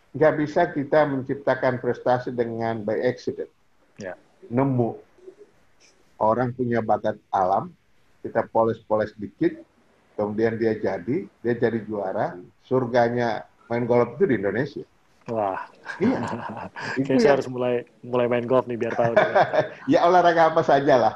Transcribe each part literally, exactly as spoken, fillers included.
nggak bisa kita menciptakan prestasi dengan by accident. Ya. Nemu orang punya bakat alam, kita poles-poles dikit, kemudian dia jadi, dia jadi juara. Surganya main golf itu di Indonesia. Wah, Iya. kayaknya Itu saya ya. harus mulai mulai main golf nih biar tahu nih. Ya olahraga apa saja lah.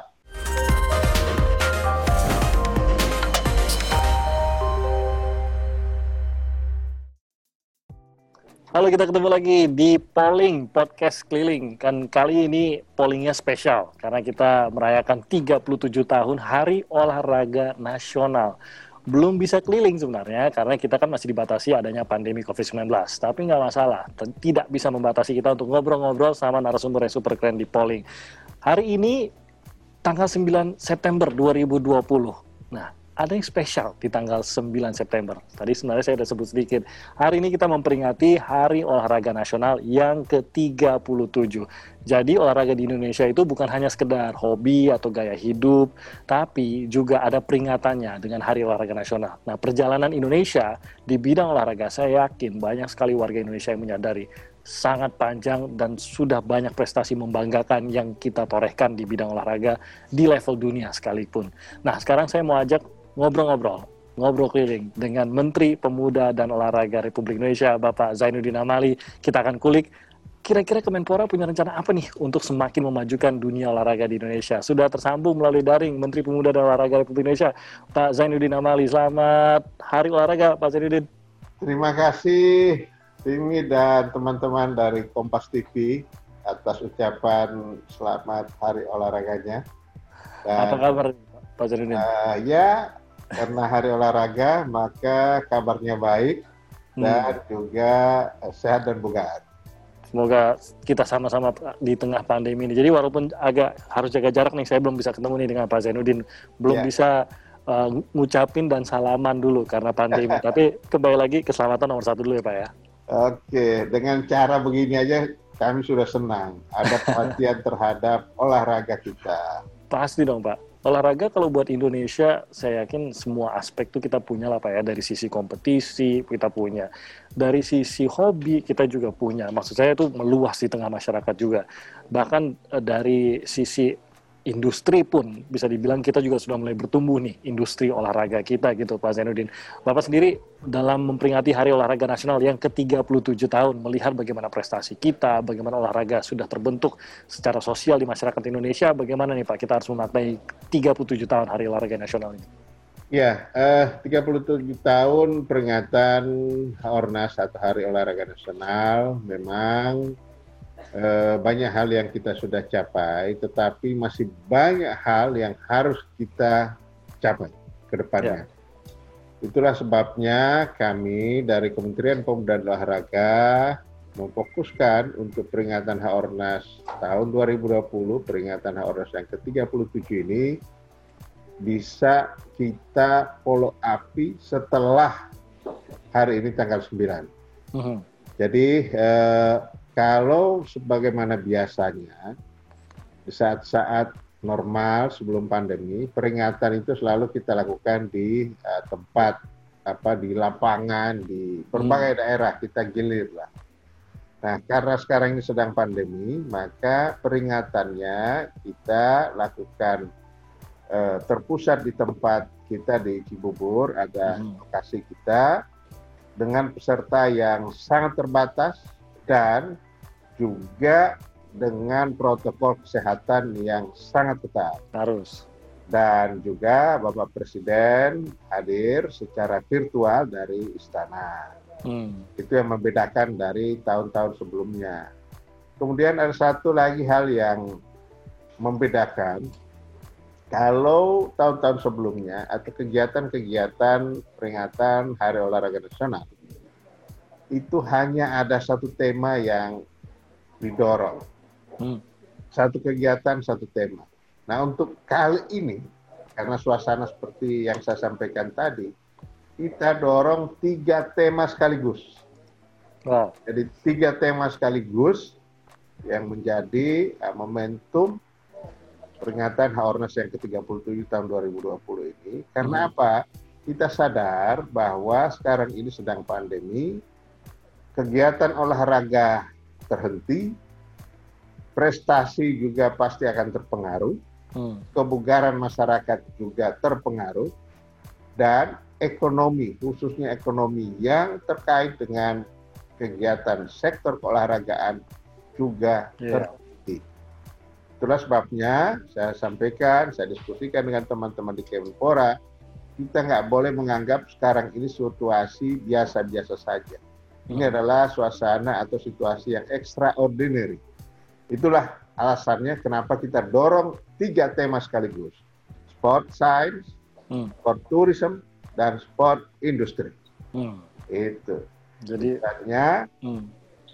Halo, kita ketemu lagi di Polling Podcast Keliling. Kan kali ini pollingnya spesial karena kita merayakan tiga puluh tujuh tahun Hari Olahraga Nasional. Belum bisa keliling sebenarnya karena kita kan masih dibatasi adanya pandemi covid sembilan belas. Tapi nggak masalah, tidak bisa membatasi kita untuk ngobrol-ngobrol sama narasumber yang super keren di Polling. Hari ini tanggal sembilan September dua ribu dua puluh. Nah, ada yang spesial di tanggal sembilan September. Tadi sebenarnya saya sudah sebut sedikit. Hari ini kita memperingati Hari Olahraga Nasional yang ke tiga puluh tujuh. Jadi olahraga di Indonesia itu bukan hanya sekedar hobi atau gaya hidup, tapi juga ada peringatannya dengan Hari Olahraga Nasional. Nah, perjalanan Indonesia di bidang olahraga, saya yakin banyak sekali warga Indonesia yang menyadari sangat panjang dan sudah banyak prestasi membanggakan yang kita torehkan di bidang olahraga di level dunia sekalipun. Nah, sekarang saya mau ajak ngobrol-ngobrol, ngobrol keliling dengan Menteri Pemuda dan Olahraga Republik Indonesia, Bapak Zainuddin Amali. Kita akan kulik kira-kira Kemenpora punya rencana apa nih untuk semakin memajukan dunia olahraga di Indonesia. Sudah tersambung melalui daring Menteri Pemuda dan Olahraga Republik Indonesia, Pak Zainuddin Amali. Selamat Hari Olahraga, Pak Zainuddin. Terima kasih Timi dan teman-teman dari Kompas T V atas ucapan selamat Hari Olahraganya. Dan, apa kabar, Pak Zainuddin? Uh, ya, karena Hari Olahraga, maka kabarnya baik dan hmm. juga uh, sehat dan bugar. Semoga kita sama-sama di tengah pandemi ini. Jadi walaupun agak harus jaga jarak nih, saya belum bisa ketemu nih dengan Pak Zainuddin, belum yeah. bisa uh, ngucapin dan salaman dulu karena pandemi. Tapi kembali lagi keselamatan nomor satu dulu ya Pak ya. Oke, dengan cara begini aja kami sudah senang. Ada perhatian terhadap olahraga kita. Pasti dong Pak. Olahraga kalau buat Indonesia, saya yakin semua aspek tuh kita punya lah Pak ya. Dari sisi kompetisi kita punya. Dari sisi hobi kita juga punya. Maksud saya itu meluas di tengah masyarakat juga. Bahkan dari sisi industri pun bisa dibilang kita juga sudah mulai bertumbuh nih, industri olahraga kita gitu Pak Zainuddin. Bapak sendiri dalam memperingati Hari Olahraga Nasional yang ke tiga puluh tujuh tahun, melihat bagaimana prestasi kita, bagaimana olahraga sudah terbentuk secara sosial di masyarakat Indonesia, bagaimana nih Pak kita harus memaknai tiga puluh tujuh tahun Hari Olahraga Nasional ini? Ya, eh, tiga puluh tujuh tahun peringatan Ornas atau Hari Olahraga Nasional memang Eh, banyak hal yang kita sudah capai, tetapi masih banyak hal yang harus kita capai ke depannya. Ya. Itulah sebabnya kami dari Kementerian Pemuda dan Olahraga memfokuskan untuk peringatan H-Ornas tahun dua ribu dua puluh, peringatan H-Ornas yang ke tiga puluh tujuh ini bisa kita follow up setelah hari ini tanggal sembilan. Uh-huh. Jadi eh, kalau sebagaimana biasanya di saat-saat normal sebelum pandemi, peringatan itu selalu kita lakukan di uh, tempat apa di lapangan, di berbagai hmm. daerah, kita gilir lah. Nah, karena sekarang ini sedang pandemi, maka peringatannya kita lakukan uh, terpusat di tempat kita di Cibubur, ada hmm. lokasi kita dengan peserta yang sangat terbatas dan juga dengan protokol kesehatan yang sangat ketat. Harus. Dan juga Bapak Presiden hadir secara virtual dari istana. Hmm. Itu yang membedakan dari tahun-tahun sebelumnya. Kemudian ada satu lagi hal yang membedakan. Kalau tahun-tahun sebelumnya atau kegiatan-kegiatan peringatan Hari Olahraga Nasional, itu hanya ada satu tema yang didorong. Hmm. Satu kegiatan, satu tema. Nah, untuk kali ini, karena suasana seperti yang saya sampaikan tadi, kita dorong tiga tema sekaligus. Wow. Jadi tiga tema sekaligus yang menjadi uh, momentum peringatan H-Ornas yang ke tiga puluh tujuh tahun dua ribu dua puluh ini. Karena hmm. apa? Kita sadar bahwa sekarang ini sedang pandemi, kegiatan olahraga terhenti, prestasi juga pasti akan terpengaruh, hmm. kebugaran masyarakat juga terpengaruh, dan ekonomi, khususnya ekonomi yang terkait dengan kegiatan sektor keolahragaan juga yeah. terhenti. Itulah sebabnya saya sampaikan, saya diskusikan dengan teman-teman di Kemenpora, kita nggak boleh menganggap sekarang ini situasi biasa-biasa saja. Ini hmm. adalah suasana atau situasi yang extraordinary. Itulah alasannya kenapa kita dorong tiga tema sekaligus. Sport science, hmm. sport tourism, dan sport industry. Hmm. Itu. Jadi, Misalnya, hmm.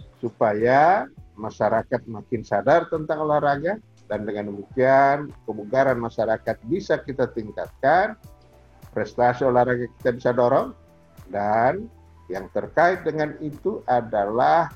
supaya masyarakat makin sadar tentang olahraga, dan dengan demikian kebugaran masyarakat bisa kita tingkatkan, prestasi olahraga kita bisa dorong, dan yang terkait dengan itu adalah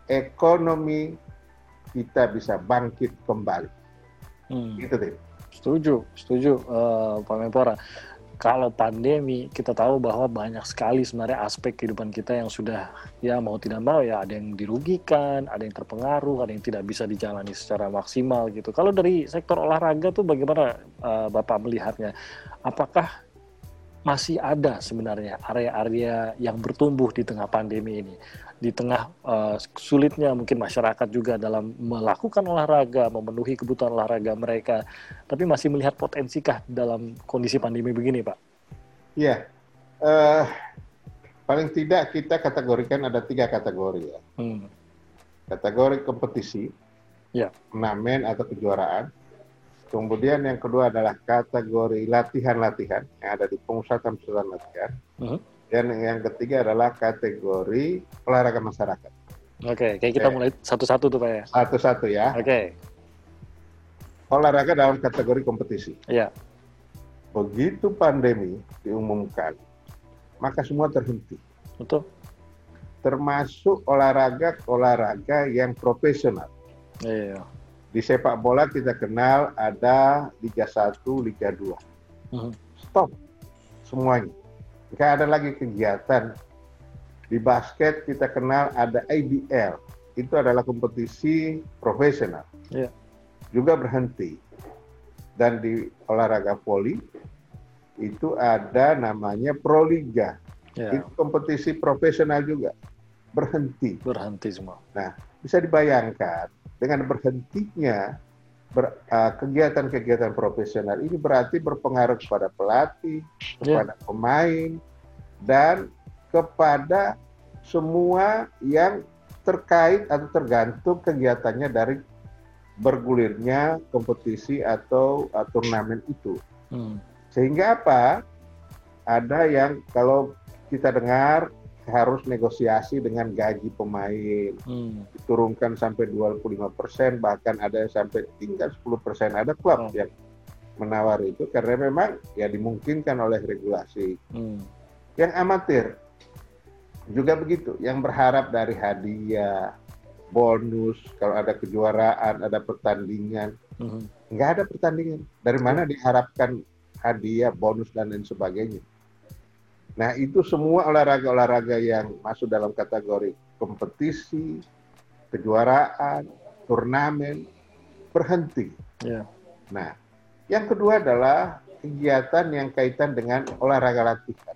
ekonomi kita bisa bangkit kembali. Hmm. Gitu deh. Setuju, setuju uh, Pak Menpora. Kalau pandemi, kita tahu bahwa banyak sekali sebenarnya aspek kehidupan kita yang sudah, ya mau tidak mau ya ada yang dirugikan, ada yang terpengaruh, ada yang tidak bisa dijalani secara maksimal gitu. Kalau dari sektor olahraga tuh bagaimana uh, Bapak melihatnya? Apakah masih ada sebenarnya area-area yang bertumbuh di tengah pandemi ini? Di tengah uh, sulitnya mungkin masyarakat juga dalam melakukan olahraga, memenuhi kebutuhan olahraga mereka, tapi masih melihat potensikah dalam kondisi pandemi begini, Pak? Iya, uh, paling tidak kita kategorikan ada tiga kategori ya. Hmm. Kategori kompetisi, ya. turnamen atau kejuaraan. Kemudian yang kedua adalah kategori latihan-latihan yang ada di pusat-pusat latihan. Uh-huh. Dan yang ketiga adalah kategori olahraga masyarakat. Oke, kayak kita Oke. mulai satu-satu tuh Pak ya. Satu-satu ya. Oke. Olahraga dalam kategori kompetisi. Iya. Begitu pandemi diumumkan, maka semua terhenti. Betul. Termasuk olahraga-olahraga yang profesional. Iya. Di sepak bola kita kenal ada Liga satu, Liga dua. Uh-huh. Stop semuanya. Nggak ada lagi kegiatan. Di basket kita kenal ada I B L. Itu adalah kompetisi profesional. Yeah. Juga berhenti. Dan di olahraga voli itu ada namanya Proliga. Yeah. Itu kompetisi profesional juga. Berhenti. Berhenti semua. Nah, bisa dibayangkan dengan berhentinya ber, uh, kegiatan-kegiatan profesional ini berarti berpengaruh kepada pelatih, kepada yeah. pemain, dan kepada semua yang terkait atau tergantung kegiatannya dari bergulirnya kompetisi atau uh, turnamen itu. Hmm. Sehingga apa? Ada yang kalau kita dengar harus negosiasi dengan gaji pemain, hmm. diturunkan sampai dua puluh lima persen, bahkan ada yang sampai tinggal sepuluh persen. Ada klub hmm. yang menawar itu karena memang ya dimungkinkan oleh regulasi. Hmm. Yang amatir juga begitu, yang berharap dari hadiah, bonus, kalau ada kejuaraan, ada pertandingan. Hmm. Nggak ada pertandingan. Dari mana diharapkan hadiah, bonus, dan lain sebagainya. Nah, itu semua olahraga-olahraga yang masuk dalam kategori kompetisi, kejuaraan, turnamen, berhenti. Yeah. Nah, yang kedua adalah kegiatan yang kaitan dengan olahraga latihan.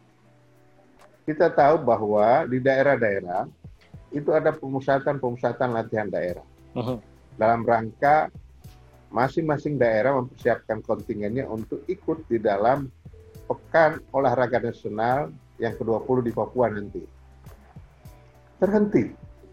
Kita tahu bahwa di daerah-daerah itu ada pemusatan-pemusatan latihan daerah. Uh-huh. Dalam rangka masing-masing daerah mempersiapkan kontingennya untuk ikut di dalam Pekan Olahraga Nasional yang ke dua puluh di Papua nanti. Terhenti.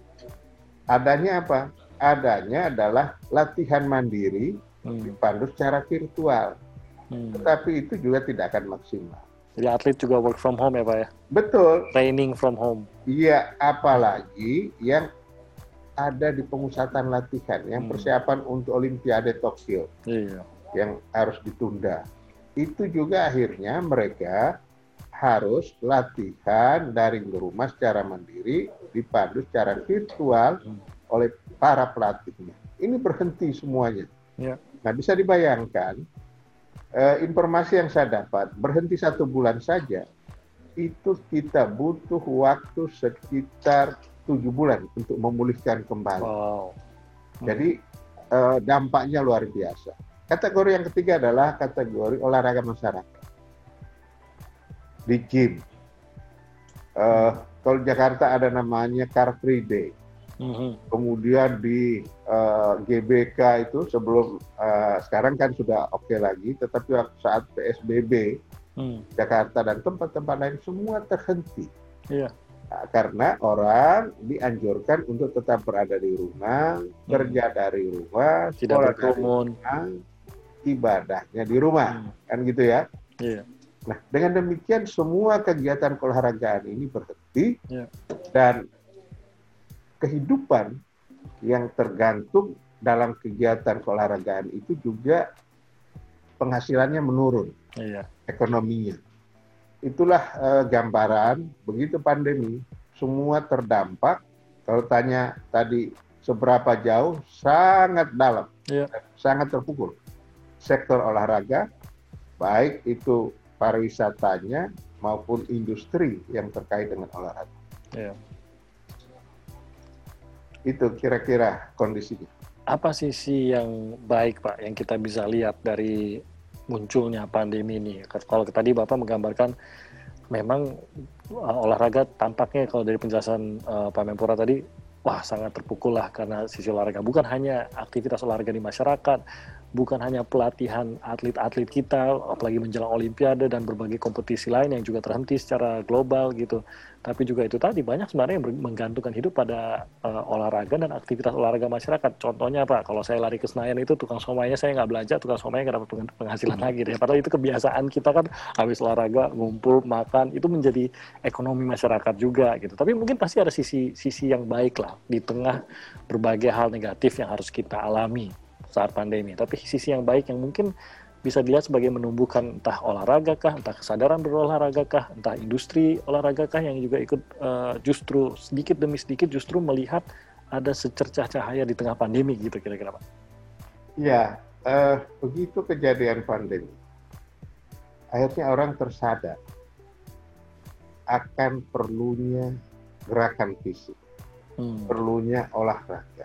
Adanya apa? Adanya adalah latihan mandiri hmm. dipandu secara virtual. Hmm. Tetapi itu juga tidak akan maksimal. Jadi atlet juga work from home ya Pak ya? Betul. Training from home. Iya, apalagi yang ada di pemusatan latihan, yang hmm. persiapan untuk Olimpiade Tokyo. Iya. Yang harus ditunda. Itu juga akhirnya mereka harus latihan dari rumah secara mandiri, dipandu secara virtual hmm. oleh para pelatihnya. Ini berhenti semuanya. Ya. Nah, bisa dibayangkan, eh, informasi yang saya dapat, berhenti satu bulan saja, itu kita butuh waktu sekitar tujuh bulan untuk memulihkan kembali. Wow. Hmm. Jadi eh, dampaknya luar biasa. Kategori yang ketiga adalah kategori olahraga masyarakat. Di gym. Eh, kalau di Jakarta ada namanya Car Free Day. Mm-hmm. Kemudian di uh, G B K itu sebelum uh, sekarang kan sudah oke okay lagi, tetapi saat P S B B mm. Jakarta dan tempat-tempat lain semua terhenti. Yeah. Nah, karena orang dianjurkan untuk tetap berada di rumah, mm. kerja dari rumah, tidak berkerumun, ibadahnya di rumah, mm. kan gitu ya. Yeah. Nah, dengan demikian semua kegiatan keolahragaan ini berhenti yeah. dan kehidupan yang tergantung dalam kegiatan keolahragaan itu juga penghasilannya menurun, iya. ekonominya. Itulah uh, gambaran, begitu pandemi, semua terdampak. Kalau tanya tadi seberapa jauh, sangat dalam, iya. sangat terpukul. Sektor olahraga, baik itu pariwisatanya maupun industri yang terkait dengan olahraga. Iya. Itu kira-kira kondisinya. Apa sisi yang baik, Pak, yang kita bisa lihat dari munculnya pandemi ini? Kalau tadi Bapak menggambarkan memang uh, olahraga tampaknya kalau dari penjelasan uh, Pak Menpora tadi, wah sangat terpukul lah karena sisi olahraga. Bukan hanya aktivitas olahraga di masyarakat, bukan hanya pelatihan atlet-atlet kita, apalagi menjelang Olimpiade dan berbagai kompetisi lain yang juga terhenti secara global gitu. Tapi juga itu tadi banyak sebenarnya yang menggantungkan hidup pada uh, olahraga dan aktivitas olahraga masyarakat. Contohnya Pak, kalau saya lari ke Senayan itu tukang somaynya saya nggak belanja, tukang somaynya nggak dapat penghasilan lagi deh. Padahal itu kebiasaan kita kan habis olahraga, ngumpul, makan, itu menjadi ekonomi masyarakat juga gitu. Tapi mungkin pasti ada sisi sisi yang baik lah di tengah berbagai hal negatif yang harus kita alami saat pandemi. Tapi sisi yang baik yang mungkin bisa dilihat sebagai menumbuhkan entah olahraga kah, entah kesadaran berolahraga kah, entah industri olahraga kah yang juga ikut uh, justru sedikit demi sedikit justru melihat ada secercah cahaya di tengah pandemi gitu kira-kira Pak. Ya, uh, begitu kejadian pandemi, akhirnya orang tersadar akan perlunya gerakan fisik, hmm. perlunya olahraga.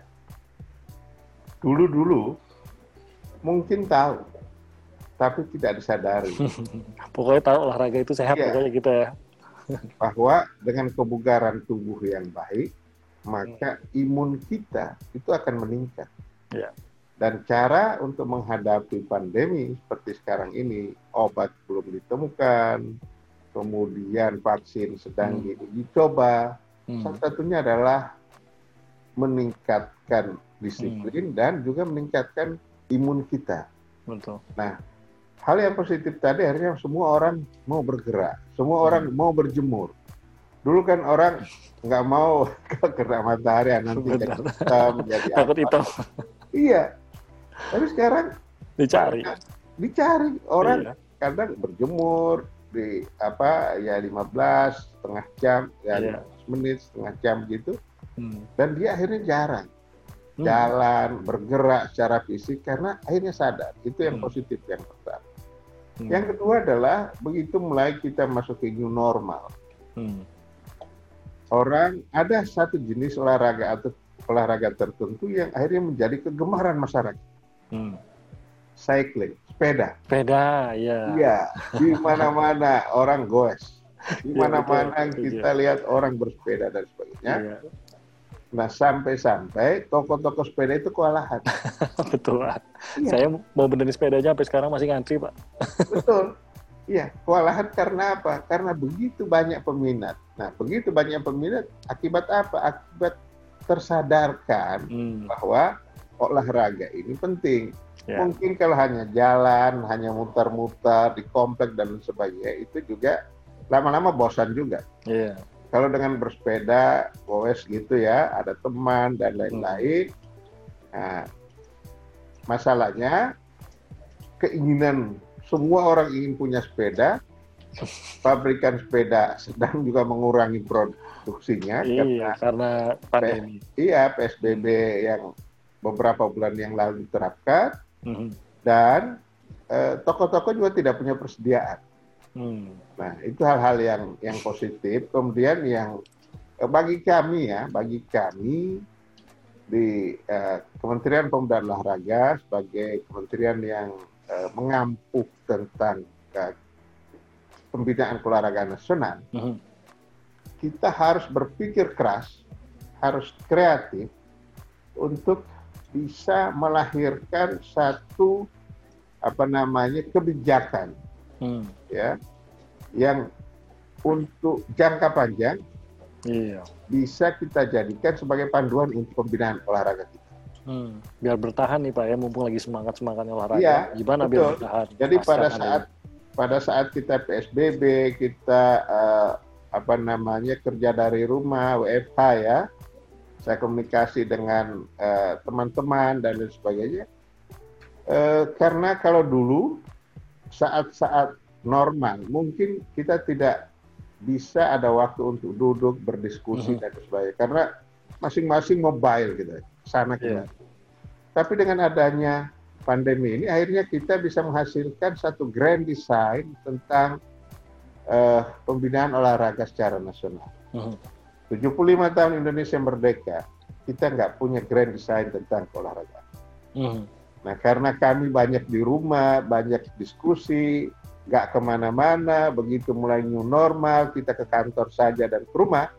Dulu-dulu mungkin tahu, tapi tidak disadari. Pokoknya tahu olahraga itu sehat, ya. Pokoknya gitu ya. Bahwa dengan kebugaran tubuh yang baik, maka hmm. imun kita itu akan meningkat. Ya. Dan cara untuk menghadapi pandemi seperti sekarang ini, obat belum ditemukan, kemudian vaksin sedang hmm. dicoba. Hmm. Salah satunya adalah meningkatkan disiplin hmm. dan juga meningkatkan imun kita. Betul. Nah, hal yang positif tadi akhirnya semua orang mau bergerak, semua hmm. orang mau berjemur. Dulu kan orang nggak mau kena matahari nanti jadi hitam, jadi takut hitam. Iya. Tapi sekarang dicari. Dicari orang iya. kadang berjemur di apa ya lima belas setengah jam, ya iya. lima belas menit setengah jam gitu. Hmm. Dan dia akhirnya jarang hmm. jalan, bergerak secara fisik karena akhirnya sadar. Itu yang hmm. positif yang pertama. Hmm. Yang kedua adalah begitu mulai kita masuk ke new normal. Hmm. Orang ada satu jenis olahraga atau olahraga tertentu yang akhirnya menjadi kegemaran masyarakat. Hmm. Cycling, sepeda. Sepeda, ya. Iya, di mana-mana orang goes. Di mana-mana ya, kita ya. lihat orang bersepeda dan sebagainya. Ya. Nah, sampai-sampai toko-toko sepeda itu kewalahan. Betul, Pak. Iya. Saya mau benerin sepedanya sampai sekarang masih ngantri, Pak. Betul. Iya, kewalahan karena apa? Karena begitu banyak peminat. Nah, begitu banyak peminat, akibat apa? Akibat tersadarkan hmm. bahwa olahraga ini penting. Ya. Mungkin kalau hanya jalan, hanya muter-muter di komplek dan sebagainya, itu juga lama-lama bosan juga. Yeah. Kalau dengan bersepeda, goes gitu ya, ada teman dan lain-lain. Nah, masalahnya keinginan semua orang ingin punya sepeda, pabrikan sepeda sedang juga mengurangi produksinya. Iya, karena, karena pandemi. P- iya, P S B B yang beberapa bulan yang lalu diterapkan, mm-hmm. dan eh, toko-toko juga tidak punya persediaan. Hmm. Nah, itu hal-hal yang yang positif. Kemudian yang bagi kami ya, bagi kami di uh, Kementerian Pemuda dan Olahraga sebagai kementerian yang uh, mengampu tentang uh, pembinaan olahraga nasional, mm-hmm. kita harus berpikir keras, harus kreatif untuk bisa melahirkan satu apa namanya kebijakan, mm. ya, yang untuk jangka panjang. Iya. Bisa kita jadikan sebagai panduan untuk pembinaan olahraga kita. Hmm, biar bertahan nih Pak ya, mumpung lagi semangat-semangatnya olahraga. Iya, gimana betul. Biar bertahan? Jadi pada saat ini. pada saat kita P S B B, kita uh, apa namanya kerja dari rumah, W F H ya, saya komunikasi dengan uh, teman-teman dan lain sebagainya. Uh, karena kalau dulu saat-saat normal mungkin kita tidak bisa ada waktu untuk duduk berdiskusi mm-hmm. dan sebagainya karena masing-masing mobile gitu sana kemari. Yeah. Tapi dengan adanya pandemi ini akhirnya kita bisa menghasilkan satu grand design tentang uh, pembinaan olahraga secara nasional. Mm-hmm. tujuh puluh lima tahun Indonesia merdeka, kita nggak punya grand design tentang olahraga. Mm-hmm. Nah karena kami banyak di rumah, banyak diskusi, nggak kemana-mana, begitu mulai new normal, kita ke kantor saja dan ke rumah,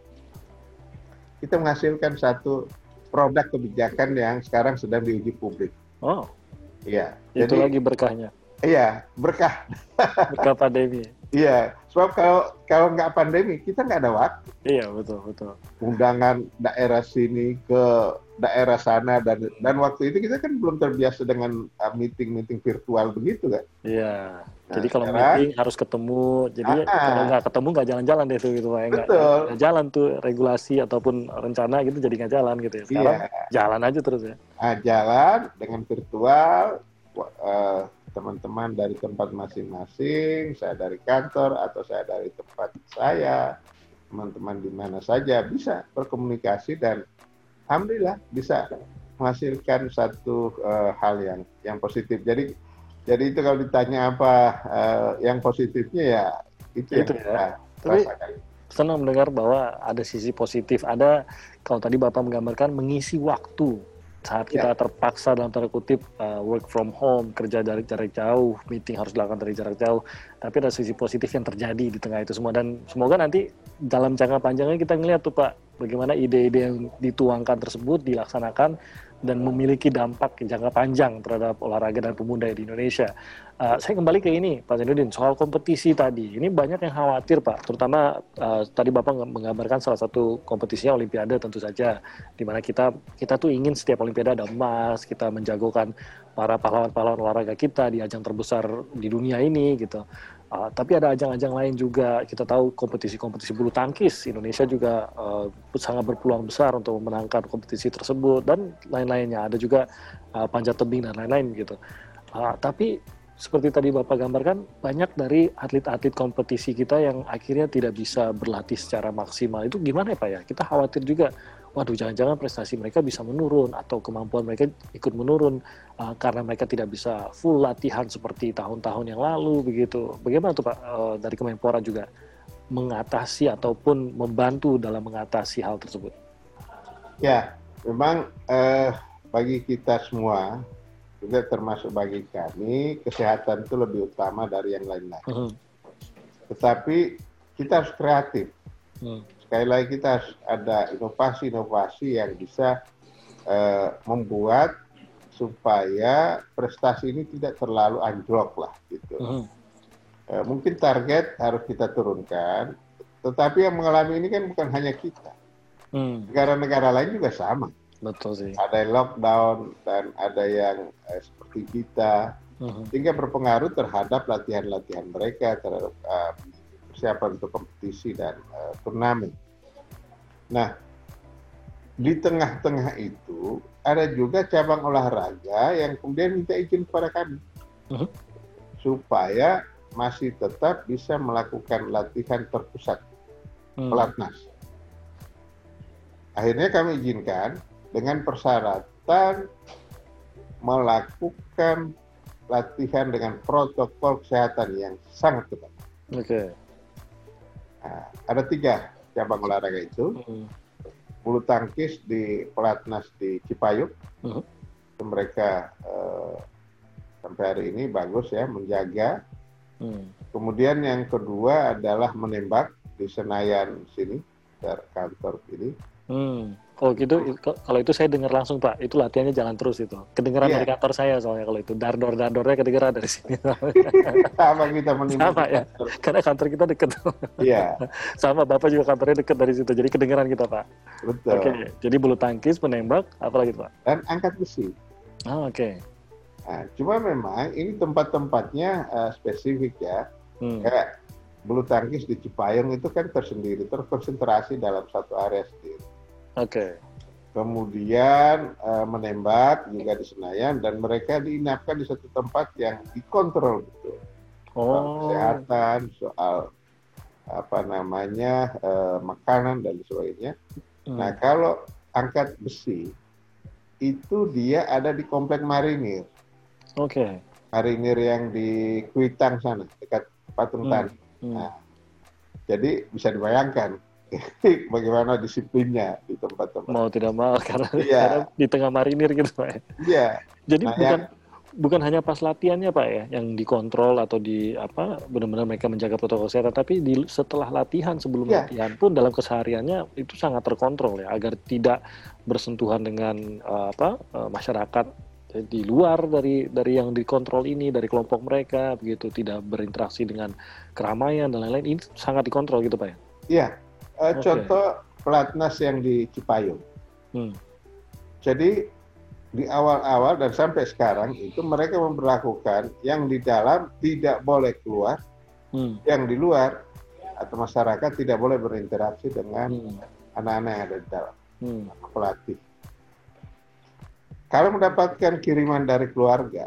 kita menghasilkan satu produk kebijakan yang sekarang sedang diuji publik. Oh, iya. Itu jadi, lagi berkahnya. Iya, berkah. Berkah pandemi. Iya, sebab kalau kalau nggak pandemi, kita nggak ada waktu. Iya, betul, betul. Undangan daerah sini ke daerah sana, dan dan waktu itu kita kan belum terbiasa dengan uh, meeting-meeting virtual begitu kan. Iya. Nah, jadi kalau sekarang, meeting harus ketemu, jadi ah, kalau nggak ketemu nggak jalan-jalan deh tuh gitu Pak. Nggak, nggak jalan tuh regulasi ataupun rencana gitu jadi nggak jalan gitu ya. Sekarang iya. Jalan aja terus ya. Ah, jalan dengan virtual, uh, teman-teman dari tempat masing-masing, saya dari kantor atau saya dari tempat saya, teman-teman di mana saja bisa berkomunikasi dan alhamdulillah bisa menghasilkan satu uh, hal yang yang positif. Jadi jadi itu kalau ditanya apa uh, yang positifnya ya itu, itu yang ya. Tapi rasakan. Senang mendengar bahwa ada sisi positif. Ada kalau tadi Bapak menggambarkan mengisi waktu saat kita ya. terpaksa dalam tanda kutip uh, work from home, kerja dari jarak jauh, meeting harus dilakukan dari jarak jauh. Tapi ada sisi positif yang terjadi di tengah itu semua dan semoga nanti dalam jangka panjangnya kita ngelihat tuh Pak bagaimana ide-ide yang dituangkan tersebut dilaksanakan dan memiliki dampak jangka panjang terhadap olahraga dan pemuda di Indonesia. Uh, saya kembali ke ini, Pak Zainuddin, soal kompetisi tadi. Ini banyak yang khawatir, Pak. Terutama uh, tadi Bapak menggambarkan salah satu kompetisinya Olimpiade tentu saja, di mana kita kita tuh ingin setiap Olimpiade ada emas, kita menjagokan para pahlawan-pahlawan olahraga kita di ajang terbesar di dunia ini, gitu. Uh, tapi ada ajang-ajang lain juga, kita tahu kompetisi-kompetisi bulu tangkis, Indonesia juga uh, sangat berpeluang besar untuk memenangkan kompetisi tersebut, dan lain-lainnya, ada juga uh, panjat tebing dan lain-lain gitu. Uh, tapi seperti tadi Bapak gambarkan, banyak dari atlet-atlet kompetisi kita yang akhirnya tidak bisa berlatih secara maksimal. Itu gimana ya Pak ya? Kita khawatir juga, waduh jangan-jangan prestasi mereka bisa menurun atau kemampuan mereka ikut menurun uh, karena mereka tidak bisa full latihan seperti tahun-tahun yang lalu begitu. Bagaimana tuh Pak uh, dari Kemenpora juga mengatasi ataupun membantu dalam mengatasi hal tersebut? Ya, memang uh, bagi kita semua juga termasuk bagi kami, kesehatan itu lebih utama dari yang lain-lain. Uh-huh. Tetapi kita harus kreatif. Uh. Sekali lagi kita harus ada inovasi-inovasi yang bisa uh, membuat supaya prestasi ini tidak terlalu anjlok lah gitu. Uh-huh. Uh, mungkin target harus kita turunkan, tetapi yang mengalami ini kan bukan hanya kita. Uh. Negara-negara lain juga sama. Betul sih. Ada yang lockdown dan ada yang eh, seperti kita, uh-huh. sehingga berpengaruh terhadap latihan-latihan mereka, terhadap uh, persiapan untuk kompetisi dan uh, turnamen. Nah, di tengah-tengah itu ada juga cabang olahraga yang kemudian minta izin kepada kami, uh-huh. supaya masih tetap bisa melakukan latihan terpusat, uh-huh. pelatnas. Akhirnya kami izinkan dengan persyaratan melakukan latihan dengan protokol kesehatan yang sangat ketat. Oke. Okay. Nah, ada tiga cabang olahraga itu. Hmm. Bulu tangkis di pelatnas di Cipayung. Hmm. Mereka uh, sampai hari ini bagus ya menjaga. Hmm. Kemudian yang kedua adalah menembak di Senayan sini, dari kantor ini. Hmm. Oh gitu, kalau itu saya dengar langsung Pak, itu latihannya jalan terus itu. Kedengeran yeah. dari kantor saya soalnya kalau itu, dardor-dardornya kedengeran dari sini. Sama kita menimba. Sama ya, karena kantor kita deket. Iya. Sama, Bapak juga kantornya deket dari situ, jadi kedengeran kita Pak. Betul. Oke, okay. Jadi bulu tangkis, menembak, apa lagi Pak? Dan angkat besi. Oh, oke. Okay. Nah, cuma memang ini tempat-tempatnya uh, spesifik ya. Hmm. Kayak bulu tangkis di Cipayung itu kan tersendiri, terkonsentrasi dalam satu area sendiri. Oke. Okay. Kemudian uh, menembak juga di Senayan dan mereka diinapkan di satu tempat yang dikontrol betul. Oh. Soal kesehatan, soal apa namanya uh, makanan dan sebagainya. Hmm. Nah kalau angkat besi itu dia ada di komplek Marinir. Oke. Okay. Marinir yang di Kuitang sana dekat Patung Tani. Hmm. Hmm. Nah, jadi bisa dibayangkan bagaimana disiplinnya di tempat-tempat. Mau tidak mau karena, iya. karena di tengah marinir gitu Pak. Iya. Jadi nah, bukan yang, bukan hanya pas latihannya Pak ya, yang dikontrol atau di apa benar-benar mereka menjaga protokol kesehatan, tapi di setelah latihan sebelum iya. latihan pun dalam kesehariannya itu sangat terkontrol ya agar tidak bersentuhan dengan uh, apa uh, masyarakat di luar dari dari yang dikontrol ini, dari kelompok mereka begitu, tidak berinteraksi dengan keramaian dan lain-lain. Ini sangat dikontrol gitu Pak ya. Iya. Uh, okay. Contoh pelatnas yang di Cipayung. Hmm. Jadi di awal-awal dan sampai sekarang itu mereka memperlakukan yang di dalam tidak boleh keluar, hmm. yang di luar atau masyarakat tidak boleh berinteraksi dengan hmm. anak-anak yang ada di dalam, hmm. pelatih. Kalau mendapatkan kiriman dari keluarga,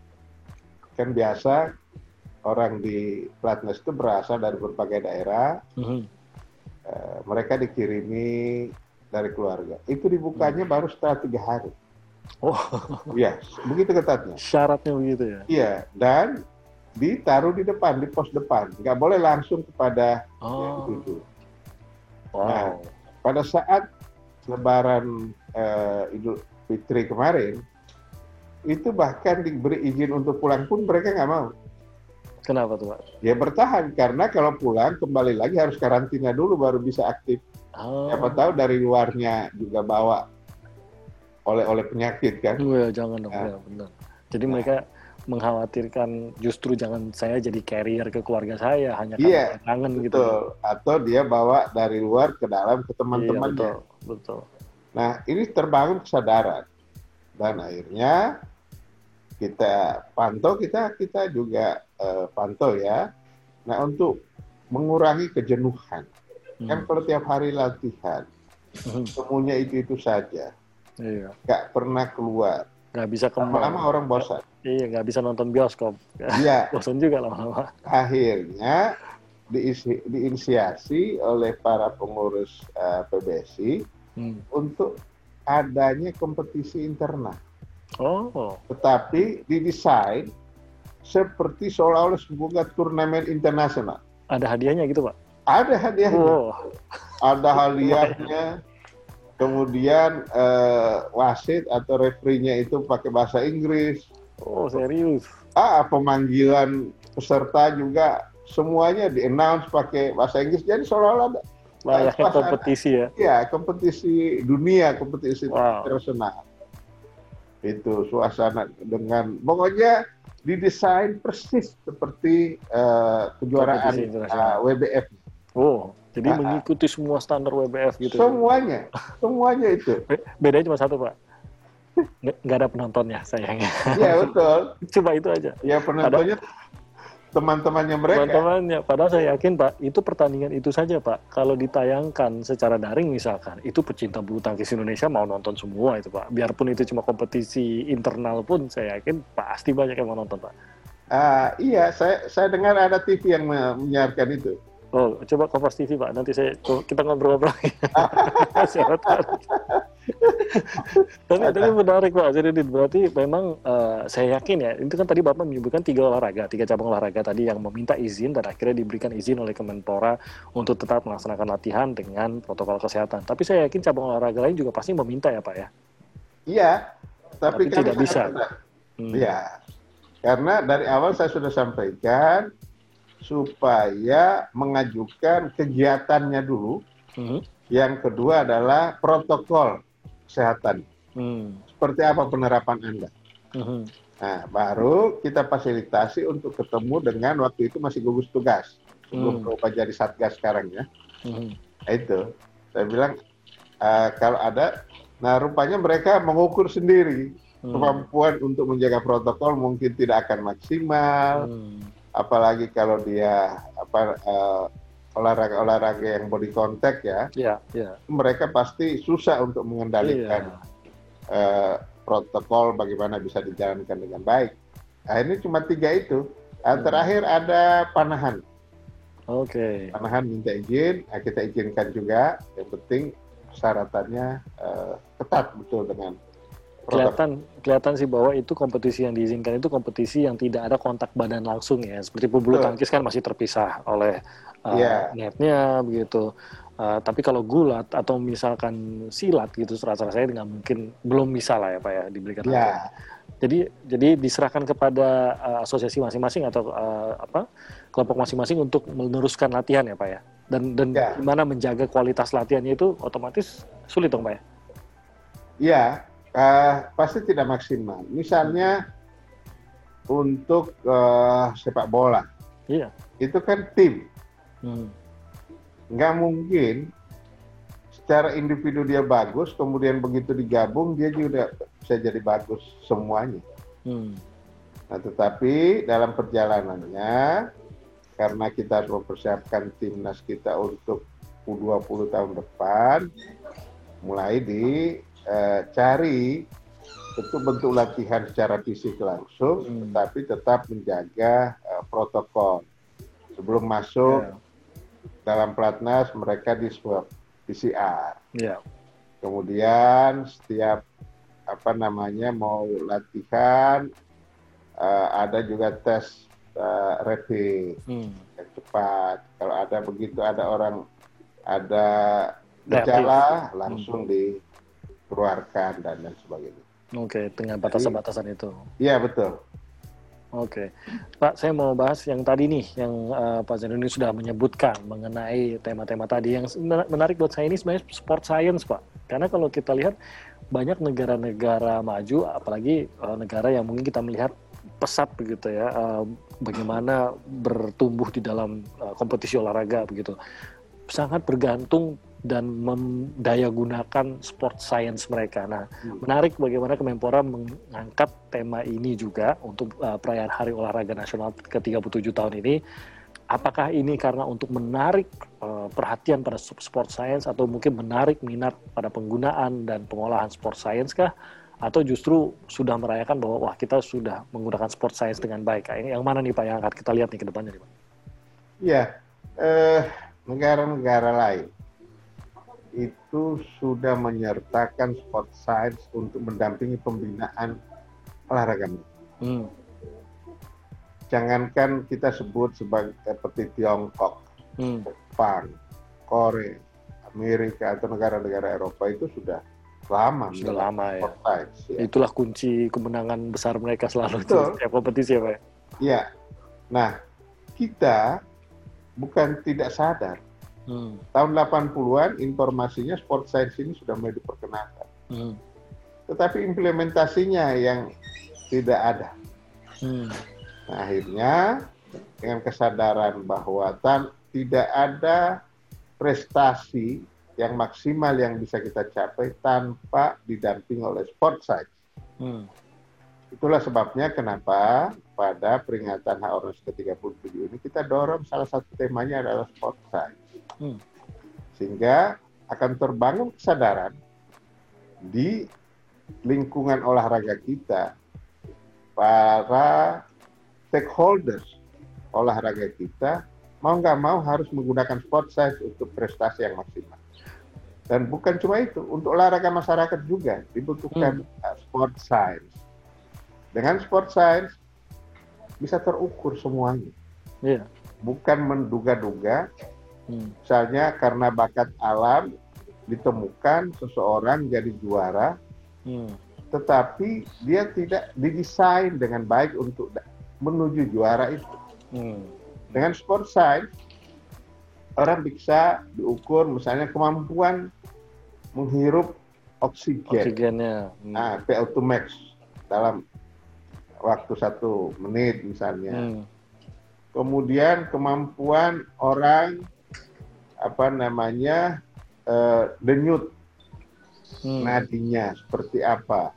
kan biasa orang di pelatnas itu berasal dari berbagai daerah. Hmm. Uh, mereka dikirimi dari keluarga. Itu dibukanya hmm. baru setelah tiga hari. Oh, ya, begitu ketatnya. Syaratnya begitu ya? Iya, dan ditaruh di depan, di pos depan. Nggak boleh langsung kepada oh. yang itu. Wow. Nah, pada saat Lebaran uh, Idul Fitri kemarin, itu bahkan diberi izin untuk pulang pun mereka nggak mau. Kenapa tuh Pak? Ya bertahan, karena kalau pulang kembali lagi harus karantina dulu baru bisa aktif. Oh. Siapa tahu dari luarnya juga bawa oleh-oleh penyakit kan? Oh ya jangan dong, nah. ya benar. Jadi nah. mereka mengkhawatirkan justru jangan saya jadi carrier ke keluarga saya, hanya iya, kangen betul. gitu. Atau dia bawa dari luar ke dalam ke teman-temannya. Iya, betul, betul. Nah ini terbangun kesadaran dan akhirnya kita pantau, kita kita juga uh, pantau ya. Nah untuk mengurangi kejenuhan, hmm. kan kalau tiap hari latihan, hmm. semuanya itu itu saja, iya. nggak pernah keluar, nggak bisa kemana. Lama-lama orang bosan. Iya, nggak bisa nonton bioskop. Iya. Bosan juga lama-lama. Akhirnya diisi, diinisiasi oleh para pengurus uh, P B S I hmm. untuk adanya kompetisi internal. Oh. Tetapi didesain seperti seolah-olah sebuah turnamen internasional. Ada hadiahnya gitu Pak? Ada hadiahnya. Oh. Ada hadiahnya. Kemudian uh, wasit atau referee-nya itu pakai bahasa Inggris. Oh serius? Ah, pemanggilan peserta juga semuanya di-announce pakai bahasa Inggris. Jadi seolah-olah ada layaknya kompetisi ya? Iya, kompetisi dunia, kompetisi wow. internasional. Itu suasana dengan pokoknya didesain persis seperti uh, kejuaraan uh, W B F. Oh, jadi nah, mengikuti semua standar W B F gitu. Semuanya, semuanya itu. Bedanya cuma satu Pak, nggak ada penontonnya sayangnya. Iya betul. Cuma itu aja. Ya penontonnya ada teman-temannya mereka. Teman-temannya. Padahal saya yakin Pak, itu pertandingan itu saja Pak. Kalau ditayangkan secara daring misalkan, itu pecinta bulu tangkis Indonesia mau nonton semua itu Pak. Biarpun itu cuma kompetisi internal pun, saya yakin pasti banyak yang mau nonton Pak. Uh, iya, saya saya dengar ada T V yang menyiarkan itu. Oh, coba Kompas T V Pak, nanti saya kita ngobrol-ngobrol lagi. Siapa tahu. Tapi tadi menarik Pak Zainuddin, berarti memang uh, saya yakin ya, itu kan tadi Bapak menyebutkan tiga olahraga, tiga cabang olahraga tadi yang meminta izin dan akhirnya diberikan izin oleh Kemenpora untuk tetap melaksanakan latihan dengan protokol kesehatan. Tapi saya yakin cabang olahraga lain juga pasti meminta ya Pak ya? Iya, tapi, tapi tidak bisa. Hmm. Ya, karena dari awal saya sudah sampaikan supaya mengajukan kegiatannya dulu. Hmm. Yang kedua adalah protokol kesehatan. Hmm. Seperti apa penerapan Anda? Hmm. Nah, baru kita fasilitasi untuk ketemu dengan waktu itu masih gugus tugas. Sebelum hmm. berubah jadi Satgas sekarang ya. Hmm. Nah, itu. Saya bilang, uh, kalau ada, nah rupanya mereka mengukur sendiri. Hmm. Kemampuan untuk menjaga protokol mungkin tidak akan maksimal. Hmm. Apalagi kalau dia apa uh, olahraga-olahraga yang body contact ya, yeah, yeah. mereka pasti susah untuk mengendalikan yeah. uh, protokol bagaimana bisa dijalankan dengan baik. Nah, ini cuma tiga itu. Nah, hmm. Terakhir ada panahan. Oke. Okay. Panahan minta izin, nah, kita izinkan juga. Yang penting persyaratannya uh, ketat betul dengan. Kelihatan, kelihatan sih bahwa itu kompetisi yang diizinkan itu kompetisi yang tidak ada kontak badan langsung ya. Seperti pebulu tangkis kan masih terpisah oleh uh, yeah. netnya begitu. Uh, tapi kalau gulat atau misalkan silat gitu, rasa saya nggak mungkin, belum bisa lah ya Pak ya diberikan. Yeah. Jadi, jadi diserahkan kepada uh, asosiasi masing-masing atau uh, apa kelompok masing-masing untuk meneruskan latihan ya Pak ya. Dan dan yeah. gimana menjaga kualitas latihannya itu otomatis sulit dong Pak ya. Iya. Yeah. Uh, pasti tidak maksimal. Misalnya untuk uh, sepak bola, iya. itu kan tim, hmm. nggak mungkin secara individu dia bagus, kemudian begitu digabung dia juga bisa jadi bagus semuanya. Hmm. Nah, tetapi dalam perjalanannya, karena kita harus mempersiapkan timnas kita untuk U dua puluh tahun depan, mulai di Uh, cari bentuk-bentuk latihan secara fisik langsung, hmm. tetapi tetap menjaga uh, protokol. Sebelum masuk yeah. dalam pelatnas mereka di swab P C R. Yeah. Kemudian setiap apa namanya mau latihan uh, ada juga tes uh, rapid hmm. yang cepat. Kalau ada begitu ada orang ada gejala langsung hmm. di keluarkan dan dan sebagainya. Oke, dengan batasan-batasan itu. Iya, betul. Oke. Pak, saya mau bahas yang tadi nih, yang uh, Pak Zainuddin sudah menyebutkan mengenai tema-tema tadi. Yang menarik buat saya ini sebenarnya sport science, Pak. Karena kalau kita lihat banyak negara-negara maju, apalagi uh, negara yang mungkin kita melihat pesat begitu ya, uh, bagaimana bertumbuh di dalam uh, kompetisi olahraga begitu. Sangat bergantung dan mendaya gunakan sport science mereka. Nah, hmm. menarik bagaimana Kemenpora mengangkat tema ini juga untuk uh, perayaan Hari Olahraga Nasional ke tiga puluh tujuh tahun ini. Apakah ini karena untuk menarik uh, perhatian pada sport science atau mungkin menarik minat pada penggunaan dan pengolahan sport science kah? Atau justru sudah merayakan bahwa wah kita sudah menggunakan sport science dengan baik? Ini yang mana nih Pak yang akan kita lihat nih ke depannya nih Pak? Iya, eh, negara-negara lain itu sudah menyertakan sport science untuk mendampingi pembinaan olahraga. Hmm. Jangankan kita sebut sebagai seperti Tiongkok, hmm. Jepang, Korea, Amerika atau negara-negara Eropa itu sudah lama. Sudah lama ya. Science, ya. Itulah kunci kemenangan besar mereka selalu itu setiap kompetisi ya Pak. Iya. Nah, kita bukan tidak sadar. Hmm. Tahun delapan puluhan informasinya sport science ini sudah mulai diperkenalkan. Hmm. Tetapi implementasinya yang tidak ada. Hmm. Nah, akhirnya dengan kesadaran bahwa tan- tidak ada prestasi yang maksimal yang bisa kita capai tanpa didampingi oleh sport science. Hmm. Itulah sebabnya kenapa pada peringatan H O R N A S ke tiga puluh tujuh ini kita dorong salah satu temanya adalah sport science. Hmm. Sehingga akan terbangun kesadaran di lingkungan olahraga kita, para stakeholders olahraga kita mau nggak mau harus menggunakan sport science untuk prestasi yang maksimal. Dan bukan cuma itu, untuk olahraga masyarakat juga dibutuhkan hmm. uh, sport science. Dengan sport science bisa terukur semuanya. Yeah. Bukan menduga-duga, hmm. misalnya karena bakat alam ditemukan seseorang jadi juara, hmm. tetapi dia tidak didesain dengan baik untuk menuju juara itu. Hmm. Dengan sport science, orang bisa diukur misalnya kemampuan menghirup oksigen, oksigennya, hmm. nah, P O two max dalam waktu satu menit misalnya. Hmm. Kemudian kemampuan orang apa namanya uh, denyut hmm. nadinya seperti apa,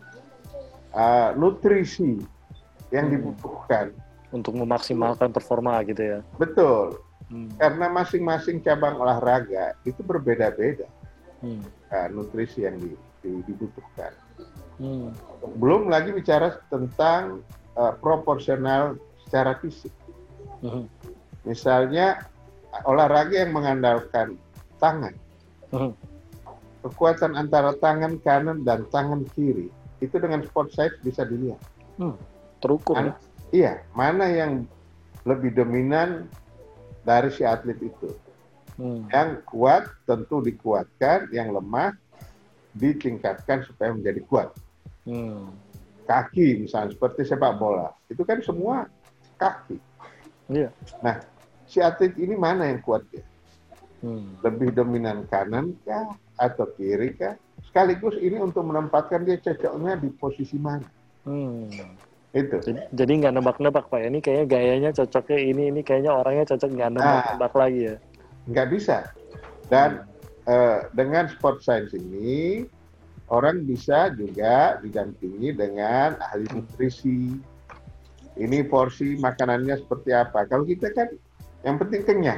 uh, nutrisi yang hmm. dibutuhkan untuk memaksimalkan performa gitu ya. Betul. Hmm. Karena masing-masing cabang olahraga itu berbeda-beda. Hmm. Nah, nutrisi yang di, di, dibutuhkan. Hmm. Belum lagi bicara tentang uh, proporsional secara fisik. Hmm. Misalnya olahraga yang mengandalkan tangan. Hmm. Kekuatan antara tangan kanan dan tangan kiri itu dengan sport science bisa dilihat. Hmm. Terukur An- ya. Iya, mana yang lebih dominan dari si atlet itu. Hmm. Yang kuat tentu dikuatkan, yang lemah ditingkatkan supaya menjadi kuat. Hmm. Kaki misalnya seperti sepak bola, itu kan semua kaki. Yeah. Nah, si atlet ini mana yang kuat ya? Hmm. Lebih dominan kanan kah atau kiri kah? Sekaligus ini untuk menempatkan dia cocoknya di posisi mana. Hmm. Itu. Jadi, jadi nggak nebak-nebak Pak ya, ini kayaknya gayanya cocoknya ini, ini kayaknya orangnya cocok, nggak nebak-nebak nah, lagi ya? Nggak bisa. Dan hmm. uh, dengan sport science ini, orang bisa juga didampingi dengan ahli nutrisi. Ini porsi makanannya seperti apa. Kalau kita kan yang penting kenyang.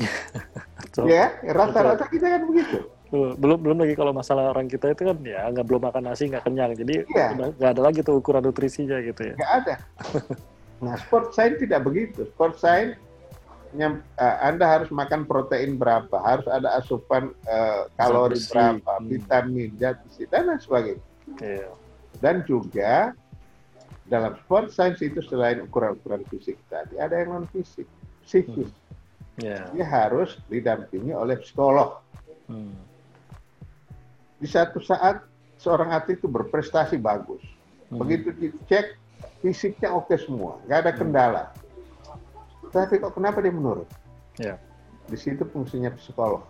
Ya, rata-rata kita kan begitu. Belum belum lagi kalau masalah orang kita itu kan ya nggak belum makan nasi nggak kenyang, jadi iya. nggak ada lagi tuh ukuran nutrisinya gitu ya. Nggak ada. Nah, sport science tidak begitu. Sport science uh, Anda harus makan protein berapa, harus ada asupan uh, kalori Sampai berapa, hmm. vitamin, zat besi dan lain sebagainya. Yeah. Dan juga dalam sport science itu selain ukuran-ukuran fisik tadi ada yang non fisik, psikis. Hmm. Yeah. Dia harus didampingi oleh psikolog. Hmm. Di satu saat seorang atlet itu berprestasi bagus. Hmm. Begitu dicek fisiknya oke semua, nggak ada kendala. Hmm. Tapi kok kenapa dia menurun? Yeah. Di situ fungsinya psikolog.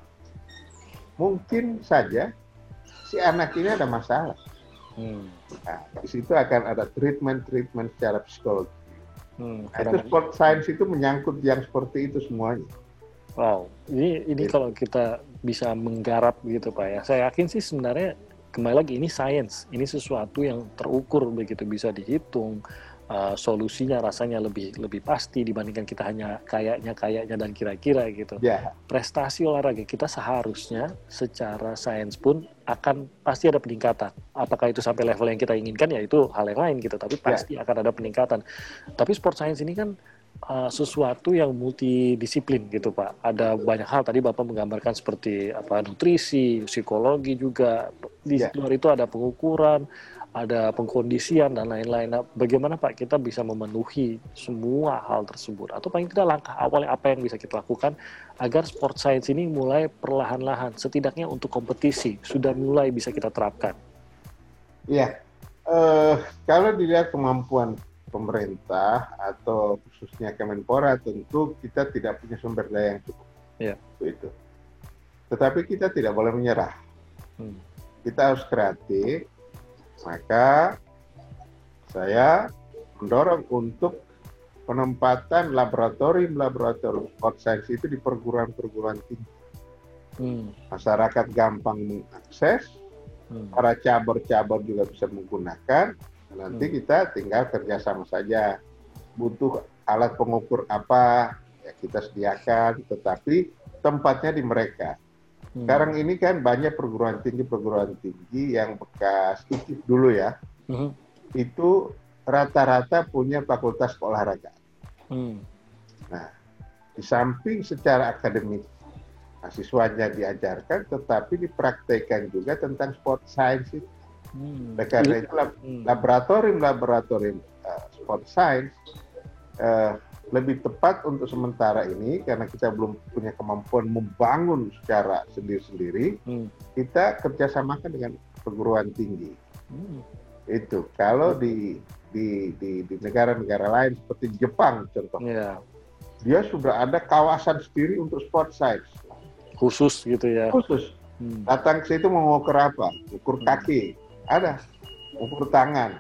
Mungkin saja si anak ini ada masalah. Hmm. Nah, di situ akan ada treatment-treatment secara psikologi. Hmm, nah, itu sport science itu menyangkut yang seperti itu semuanya. Wow, ini ini kalau kita bisa menggarap gitu Pak ya, saya yakin sih sebenarnya kembali lagi ini science, ini sesuatu yang terukur begitu, bisa dihitung, uh, solusinya rasanya lebih lebih pasti dibandingkan kita hanya kayaknya kayaknya dan kira-kira gitu. Yeah. Prestasi olahraga kita seharusnya secara sains pun akan pasti ada peningkatan. Apakah itu sampai level yang kita inginkan ya itu hal yang lain gitu, tapi pasti yeah. akan ada peningkatan. Tapi sport science ini kan Uh, sesuatu yang multidisiplin gitu Pak. Ada banyak hal, tadi Bapak menggambarkan seperti apa nutrisi, psikologi juga. Di yeah. luar itu ada pengukuran, ada pengkondisian dan lain-lain. Nah, bagaimana Pak kita bisa memenuhi semua hal tersebut? Atau paling tidak langkah awalnya apa yang bisa kita lakukan agar sport science ini mulai perlahan-lahan, setidaknya untuk kompetisi sudah mulai bisa kita terapkan? Iya, yeah. uh, kalau dilihat kemampuan pemerintah atau khususnya Kemenpora, tentu kita tidak punya sumber daya yang cukup. Yeah. Itu. Tetapi kita tidak boleh menyerah. Hmm. Kita harus kreatif. Maka saya mendorong untuk penempatan laboratorium-laboratorium sport science itu di perguruan-perguruan tinggi. Hmm. Masyarakat gampang mengakses, hmm. para cabur-cabur juga bisa menggunakan. Nanti kita tinggal kerjasama saja. Butuh alat pengukur apa, ya kita sediakan, tetapi tempatnya di mereka. Hmm. Sekarang ini kan banyak perguruan tinggi-perguruan tinggi yang bekas I K I P dulu ya. Hmm. Itu rata-rata punya fakultas olahraga. Hmm. Nah, Di samping secara akademik mahasiswanya diajarkan, tetapi dipraktekkan juga tentang sport science itu. Hmm. Oleh karena itu laboratorium-laboratorium uh, sport science uh, lebih tepat untuk sementara ini, karena kita belum punya kemampuan membangun secara sendiri-sendiri, hmm. kita kerjasamakan dengan perguruan tinggi. Hmm. Itu kalau di di di di negara-negara lain seperti Jepang contohnya, yeah. dia sudah ada kawasan sendiri untuk sport science. Khusus gitu ya. Khusus. Hmm. Datang ke situ mau ngukur apa? Ukur kaki. Hmm. Ada, ukur tangan,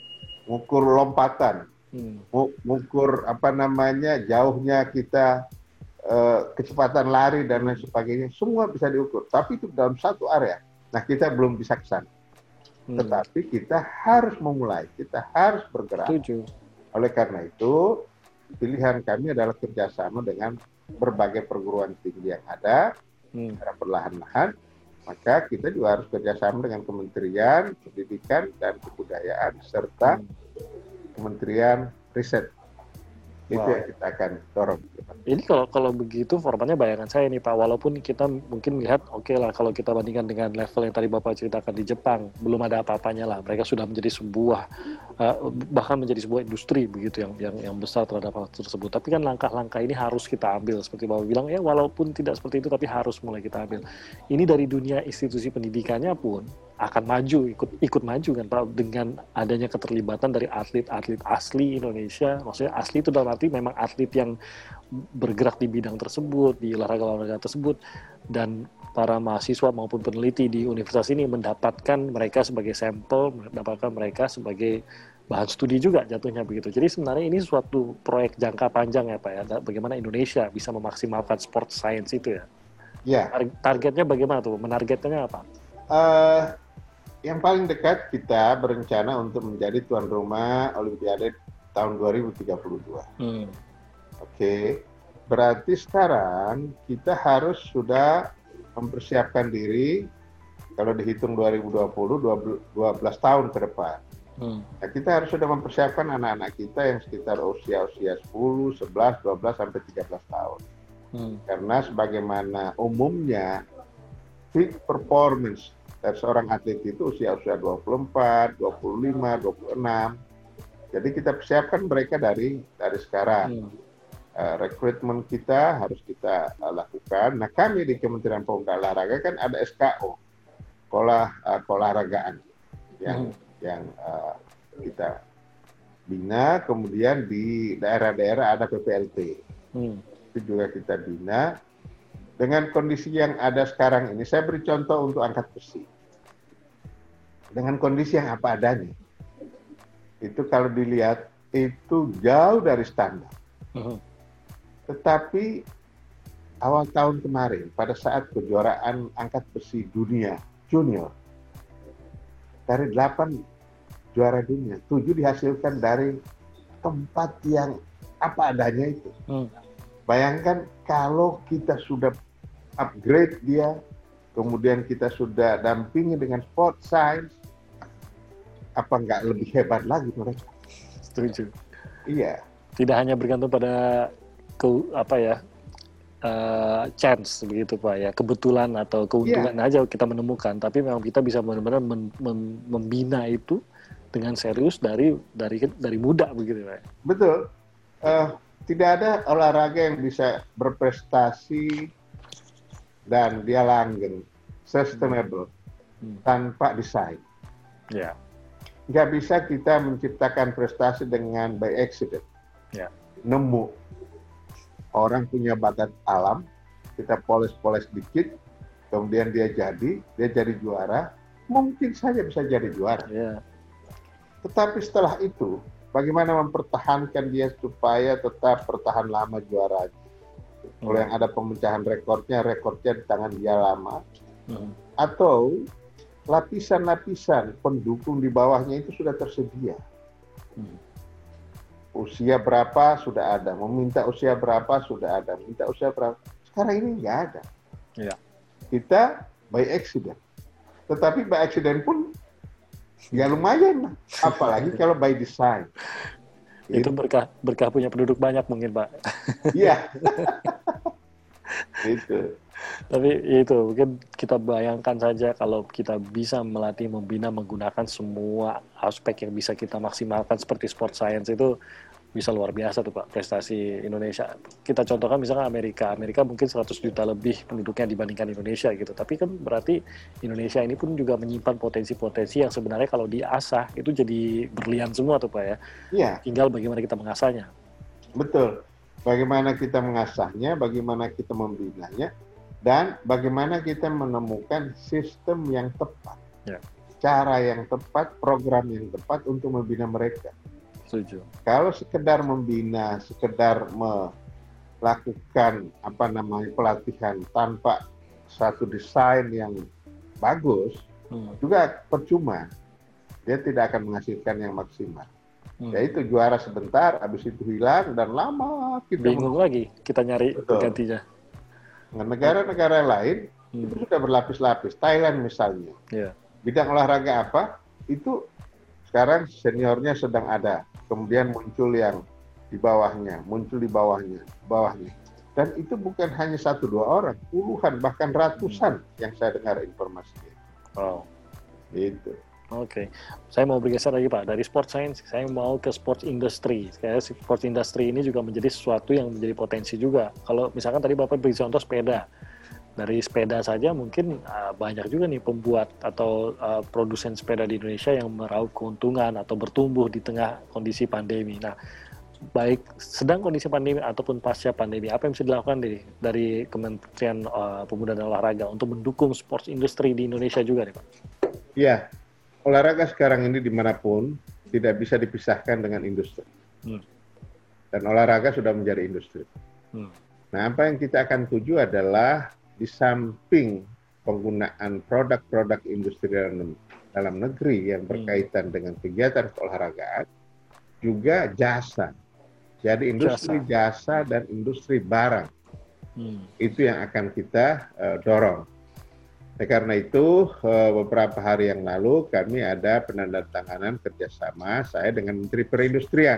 ukur lompatan, hmm. ukur apa namanya jauhnya kita, uh, kecepatan lari dan lain sebagainya, semua bisa diukur. Tapi itu dalam satu area. Nah, kita belum bisa ke sana. Hmm. Tetapi kita harus memulai, kita harus bergerak. Setuju. Oleh karena itu, pilihan kami adalah kerjasama dengan berbagai perguruan tinggi yang ada, hmm. secara perlahan-lahan. Maka kita juga harus kerjasama dengan Kementerian Pendidikan dan Kebudayaan serta Kementerian Riset. Itu wow. yang kita akan dorong. Ini kalau kalau begitu formatnya bayangan saya nih Pak, walaupun kita mungkin melihat oke okay lah kalau kita bandingkan dengan level yang tadi Bapak ceritakan di Jepang, belum ada apa-apanya lah. Mereka sudah menjadi sebuah uh, bahkan menjadi sebuah industri begitu yang yang yang besar terhadap hal tersebut. Tapi kan langkah-langkah ini harus kita ambil seperti Bapak bilang ya, walaupun tidak seperti itu tapi harus mulai kita ambil. Ini dari dunia institusi pendidikannya pun akan maju, ikut ikut maju kan Pak, dengan adanya keterlibatan dari atlet-atlet asli Indonesia. Maksudnya asli itu dalam arti memang atlet yang bergerak di bidang tersebut, di olahraga-olahraga tersebut, dan para mahasiswa maupun peneliti di universitas ini mendapatkan mereka sebagai sampel, mendapatkan mereka sebagai bahan studi juga jatuhnya begitu. Jadi sebenarnya ini suatu proyek jangka panjang ya Pak ya, bagaimana Indonesia bisa memaksimalkan sport science itu ya. Ya. Targetnya bagaimana tuh? Menargetkannya apa? Uh, yang paling dekat kita berencana untuk menjadi tuan rumah Olimpiade tahun dua ribu tiga puluh dua. Hmm. Oke, okay. Berarti sekarang kita harus sudah mempersiapkan diri, kalau dihitung dua ribu dua puluh, dua belas tahun ke depan. Hmm. Nah, kita harus sudah mempersiapkan anak-anak kita yang sekitar usia-usia sepuluh, sebelas, dua belas, sampai tiga belas tahun. Hmm. Karena sebagaimana umumnya peak performance dari seorang atlet itu usia-usia dua puluh empat, dua puluh lima, dua puluh enam. Jadi kita persiapkan mereka dari dari sekarang. Hmm. Uh, rekrutmen kita harus kita uh, lakukan. Nah, kami di Kementerian Pemuda Olahraga kan ada S K O, sekolah uh, keolahragaan yang hmm. yang uh, kita bina. Kemudian di daerah-daerah ada P P L T, hmm. itu juga kita bina. Dengan kondisi yang ada sekarang ini, saya beri contoh untuk angkat besi. Dengan kondisi yang apa adanya, itu kalau dilihat itu jauh dari standar. Hmm. Tetapi awal tahun kemarin, pada saat kejuaraan angkat besi dunia junior, dari delapan juara dunia, tujuh dihasilkan dari tempat yang apa adanya itu. Hmm. Bayangkan kalau kita sudah upgrade dia, kemudian kita sudah dampingi dengan sport science, apa nggak lebih hebat lagi mereka? Setuju. Iya. Tidak hanya bergantung pada ke apa ya uh, chance begitu Pak ya, kebetulan atau keuntungan yeah. aja kita menemukan, tapi memang kita bisa benar-benar mem, mem, membina itu dengan serius dari dari dari muda begitu Pak. Betul. Uh, tidak ada olahraga yang bisa berprestasi dan dia langgeng, sustainable hmm. tanpa desain. Ya. Yeah. Nggak bisa kita menciptakan prestasi dengan by accident. Ya. Yeah. Nemu. Orang punya bakat alam, kita poles-poles dikit, kemudian dia jadi, dia jadi juara, mungkin saja bisa jadi juara. Yeah. Tetapi setelah itu, bagaimana mempertahankan dia supaya tetap bertahan lama juara? Hmm. Kalau yang ada pemecahan rekornya, rekornya di tangan dia lama, hmm. atau lapisan-lapisan pendukung di bawahnya itu sudah tersedia. Hmm. Usia berapa sudah ada, meminta usia berapa sudah ada, minta usia berapa. Sekarang ini nggak ada. Ya. Kita by accident. Tetapi by accident pun ya lumayan lah. Apalagi kalau by design. Itu berkah berkah punya penduduk banyak mungkin, Pak. Iya. Itu. Tapi ya itu mungkin kita bayangkan saja kalau kita bisa melatih, membina, menggunakan semua aspek yang bisa kita maksimalkan seperti sport science itu bisa luar biasa tuh Pak prestasi Indonesia. Kita contohkan misalkan Amerika, Amerika mungkin seratus juta lebih penduduknya dibandingkan Indonesia gitu. Tapi kan berarti Indonesia ini pun juga menyimpan potensi-potensi yang sebenarnya kalau diasah itu jadi berlian semua tuh Pak ya. Iya. Tinggal bagaimana kita mengasahnya. Betul. Bagaimana kita mengasahnya, bagaimana kita membinanya, dan bagaimana kita menemukan sistem yang tepat, ya. Cara yang tepat, program yang tepat untuk membina mereka. Setuju. Kalau sekedar membina, sekedar melakukan apa namanya pelatihan tanpa satu desain yang bagus, hmm. juga percuma. Dia tidak akan menghasilkan yang maksimal. Hmm. Yaitu juara sebentar, habis itu hilang dan lama kita bingung lagi kita nyari gantinya. Dengan negara-negara lain hmm. itu sudah berlapis-lapis. Thailand misalnya, yeah. bidang olahraga apa itu sekarang seniornya sedang ada. Kemudian muncul yang di bawahnya, muncul di bawahnya, bawahnya. Dan itu bukan hanya satu dua orang, puluhan bahkan ratusan yang saya dengar informasinya. Wow. Itu. Oke, okay. Saya mau bergeser lagi Pak dari sport science, saya mau ke sports industry. Kayak sports industry ini juga menjadi sesuatu yang menjadi potensi juga. Kalau misalkan tadi Bapak beri contoh sepeda, dari sepeda saja mungkin uh, banyak juga nih pembuat atau uh, produsen sepeda di Indonesia yang meraup keuntungan atau bertumbuh di tengah kondisi pandemi. Nah, baik sedang kondisi pandemi ataupun pasca pandemi, apa yang bisa dilakukan dari, dari Kementerian uh, Pemuda dan Olahraga untuk mendukung sports industry di Indonesia juga nih Pak? Iya, olahraga sekarang ini dimanapun tidak bisa dipisahkan dengan industri. Hmm. Dan olahraga sudah menjadi industri. Hmm. Nah, apa yang kita akan tuju adalah di samping penggunaan produk-produk industri dalam, dalam negeri yang berkaitan hmm. dengan kegiatan keolahragaan, juga jasa. Jadi industri jasa, jasa dan industri barang. Hmm. Itu yang akan kita uh, dorong. Nah, karena itu uh, beberapa hari yang lalu kami ada penandatanganan kerjasama saya dengan Menteri Perindustrian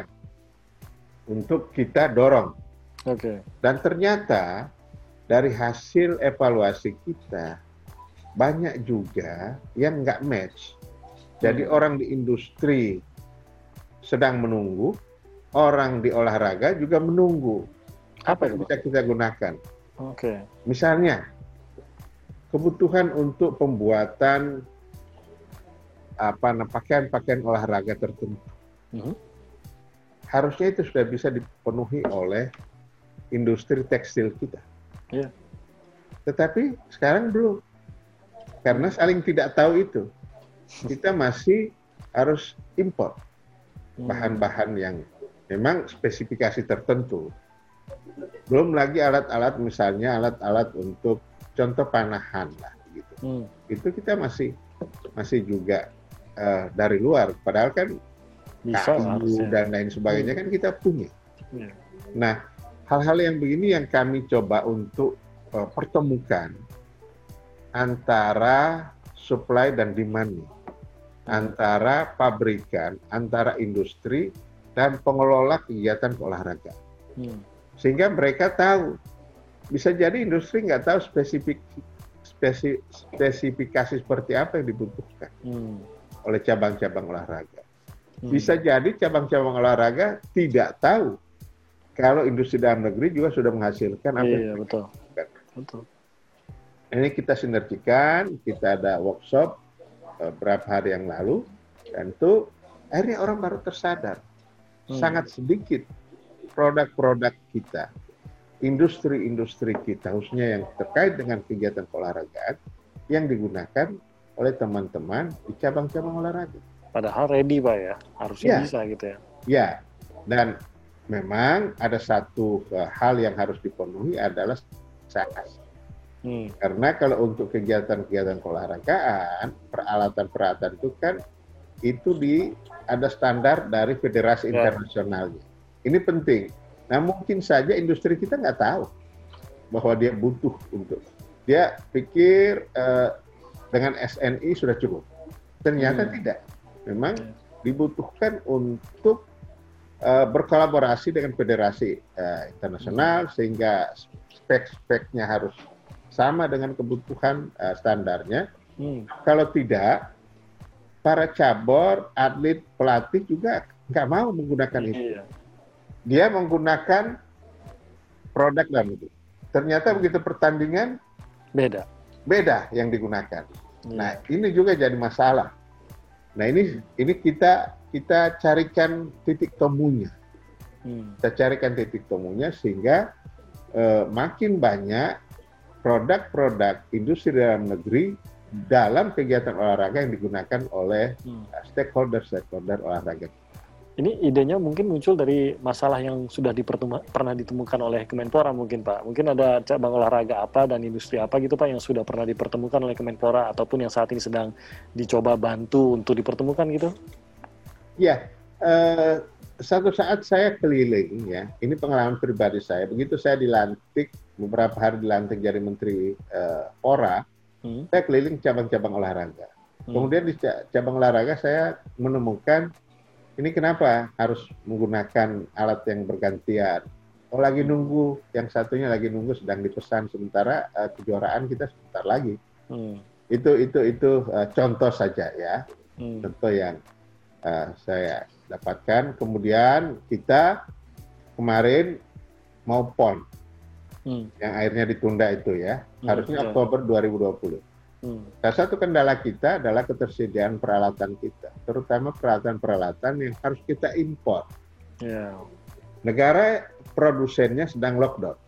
untuk kita dorong. Oke. Okay. Dan ternyata dari hasil evaluasi kita, banyak juga yang nggak match. Jadi hmm. orang di industri sedang menunggu, orang di olahraga juga menunggu. Apa yang bisa kita gunakan? Oke. Okay. Misalnya, kebutuhan untuk pembuatan apa pakaian-pakaian olahraga tertentu. Hmm. Harusnya itu sudah bisa dipenuhi oleh industri tekstil kita. Yeah. Tetapi sekarang belum, karena saling tidak tahu itu. Kita masih harus impor bahan-bahan yang memang spesifikasi tertentu. Belum lagi alat-alat, misalnya alat-alat untuk contoh panahan lah, gitu. Hmm. Itu kita masih masih juga uh, dari luar. Padahal kan kayu dan lain sebagainya hmm. kan kita punya. Yeah. Nah, hal-hal yang begini yang kami coba untuk uh, pertemukan antara supply dan demand, antara pabrikan, antara industri, dan pengelola kegiatan olahraga. Hmm. Sehingga mereka tahu, bisa jadi industri nggak tahu spesifik, spesif, spesifikasi seperti apa yang dibutuhkan hmm. oleh cabang-cabang olahraga. Hmm. Bisa jadi cabang-cabang olahraga tidak tahu kalau industri dalam negeri juga sudah menghasilkan apa iya, yang betul. Betul. Ini kita sinergikan, kita ada workshop beberapa hari yang lalu, dan itu akhirnya orang baru tersadar. Hmm. Sangat sedikit produk-produk kita, industri-industri kita, khususnya yang terkait dengan kegiatan olahraga, yang digunakan oleh teman-teman di cabang-cabang olahraga. Padahal ready Pak ya, harusnya ya. Bisa gitu ya. Ya, dan memang ada satu uh, hal yang harus dipenuhi adalah sas. Hmm. Karena kalau untuk kegiatan-kegiatan keolahragaan, peralatan-peralatan itu kan itu di ada standar dari federasi yeah. internasionalnya. Ini penting. Nah mungkin saja industri kita nggak tahu bahwa dia butuh untuk dia pikir uh, dengan S N I sudah cukup. Ternyata hmm. tidak. Memang yeah. dibutuhkan untuk uh, berkolaborasi dengan federasi uh, internasional sehingga spek-speknya harus sama dengan kebutuhan uh, standarnya. Hmm. Kalau tidak, para cabur, atlet, pelatih juga nggak mau menggunakan iya. itu. Dia menggunakan produk dalam itu. Ternyata hmm. begitu pertandingan beda, beda yang digunakan. Hmm. Nah ini juga jadi masalah. Nah ini ini kita kita carikan titik temunya. Hmm. Kita carikan titik temunya sehingga eh, makin banyak produk-produk industri dalam negeri dalam kegiatan olahraga yang digunakan oleh hmm. stakeholder-stakeholder olahraga. Ini idenya mungkin muncul dari masalah yang sudah pernah ditemukan oleh Kemenpora mungkin Pak. Mungkin ada cabang olahraga apa dan industri apa gitu Pak yang sudah pernah dipertemukan oleh Kemenpora ataupun yang saat ini sedang dicoba bantu untuk dipertemukan gitu? Ya, eh, satu saat saya keliling ya, ini pengalaman pribadi saya. Begitu saya dilantik, beberapa hari dilantik jadi Menteri eh, Pora, hmm. saya keliling cabang-cabang olahraga. Hmm. Kemudian di cabang olahraga saya menemukan ini kenapa harus menggunakan alat yang bergantian? Oh lagi nunggu, yang satunya lagi nunggu sedang dipesan sementara uh, kejuaraan kita sebentar lagi. Hmm. Itu itu itu uh, contoh saja ya, hmm. contoh yang uh, saya dapatkan. Kemudian kita kemarin mau pon, hmm. yang akhirnya ditunda itu ya, hmm. harusnya hmm. Oktober dua ribu dua puluh. Hmm. Salah satu kendala kita adalah ketersediaan peralatan kita, terutama peralatan-peralatan yang harus kita impor. Yeah. Negara produsennya sedang lockdown.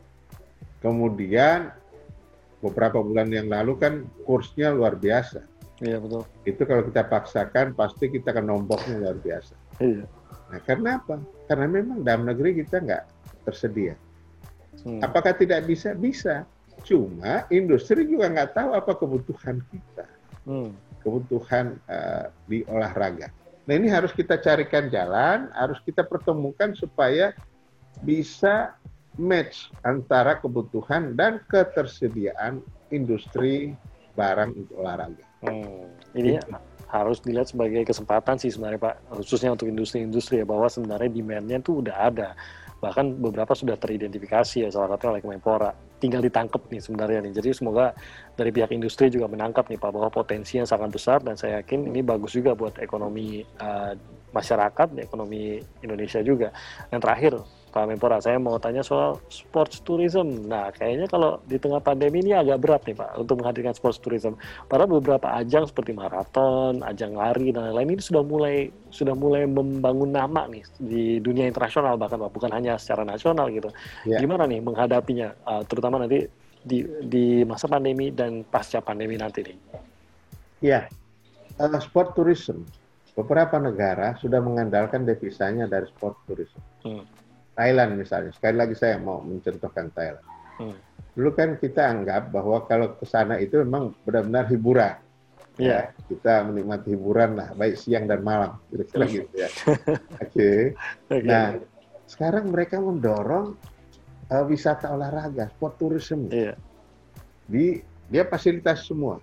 Kemudian beberapa bulan yang lalu kan kursnya luar biasa. Iya yeah, betul. Itu kalau kita paksakan pasti kita akan nomboknya luar biasa. Iya. Yeah. Nah karena apa? Karena memang dalam negeri kita nggak tersedia. Hmm. Apakah tidak bisa? Bisa. Cuma industri juga nggak tahu apa kebutuhan kita, hmm. kebutuhan uh, di olahraga. Nah ini harus kita carikan jalan, harus kita pertemukan supaya bisa match antara kebutuhan dan ketersediaan industri barang untuk olahraga. Hmm. Ini gitu. Harus dilihat sebagai kesempatan sih sebenarnya Pak, khususnya untuk industri-industri ya, bahwa sebenarnya demand-nya itu udah ada. Bahkan beberapa sudah teridentifikasi ya, salah satunya oleh Kemenpora. Tinggal ditangkap nih sebenarnya nih. Jadi semoga dari pihak industri juga menangkap nih Pak, bahwa potensinya sangat besar dan saya yakin ini bagus juga buat ekonomi uh, masyarakat, ekonomi Indonesia juga. Dan terakhir Pak Menpora, saya mau tanya soal sports tourism. Nah, kayaknya kalau di tengah pandemi ini agak berat nih Pak untuk menghadirkan sports tourism. Padahal beberapa ajang seperti maraton, ajang lari dan lain-lain ini sudah mulai sudah mulai membangun nama nih di dunia internasional bahkan Pak, bukan hanya secara nasional gitu. Yeah. Gimana nih menghadapinya, uh, terutama nanti di di masa pandemi dan pasca pandemi nanti nih? Ya, yeah. uh, sport tourism. Beberapa negara sudah mengandalkan devisanya dari sport tourism. Hmm. Thailand misalnya, sekali lagi saya mau mencontohkan Thailand. Hmm. Dulu kan kita anggap bahwa kalau ke sana itu memang benar-benar hiburan. Yeah. Ya, kita menikmati hiburan lah, baik siang dan malam, kira-kira gitu ya. Oke. Okay. Okay. Nah, sekarang mereka mendorong uh, wisata olahraga, sport tourism. Yeah. Di dia fasilitas semua.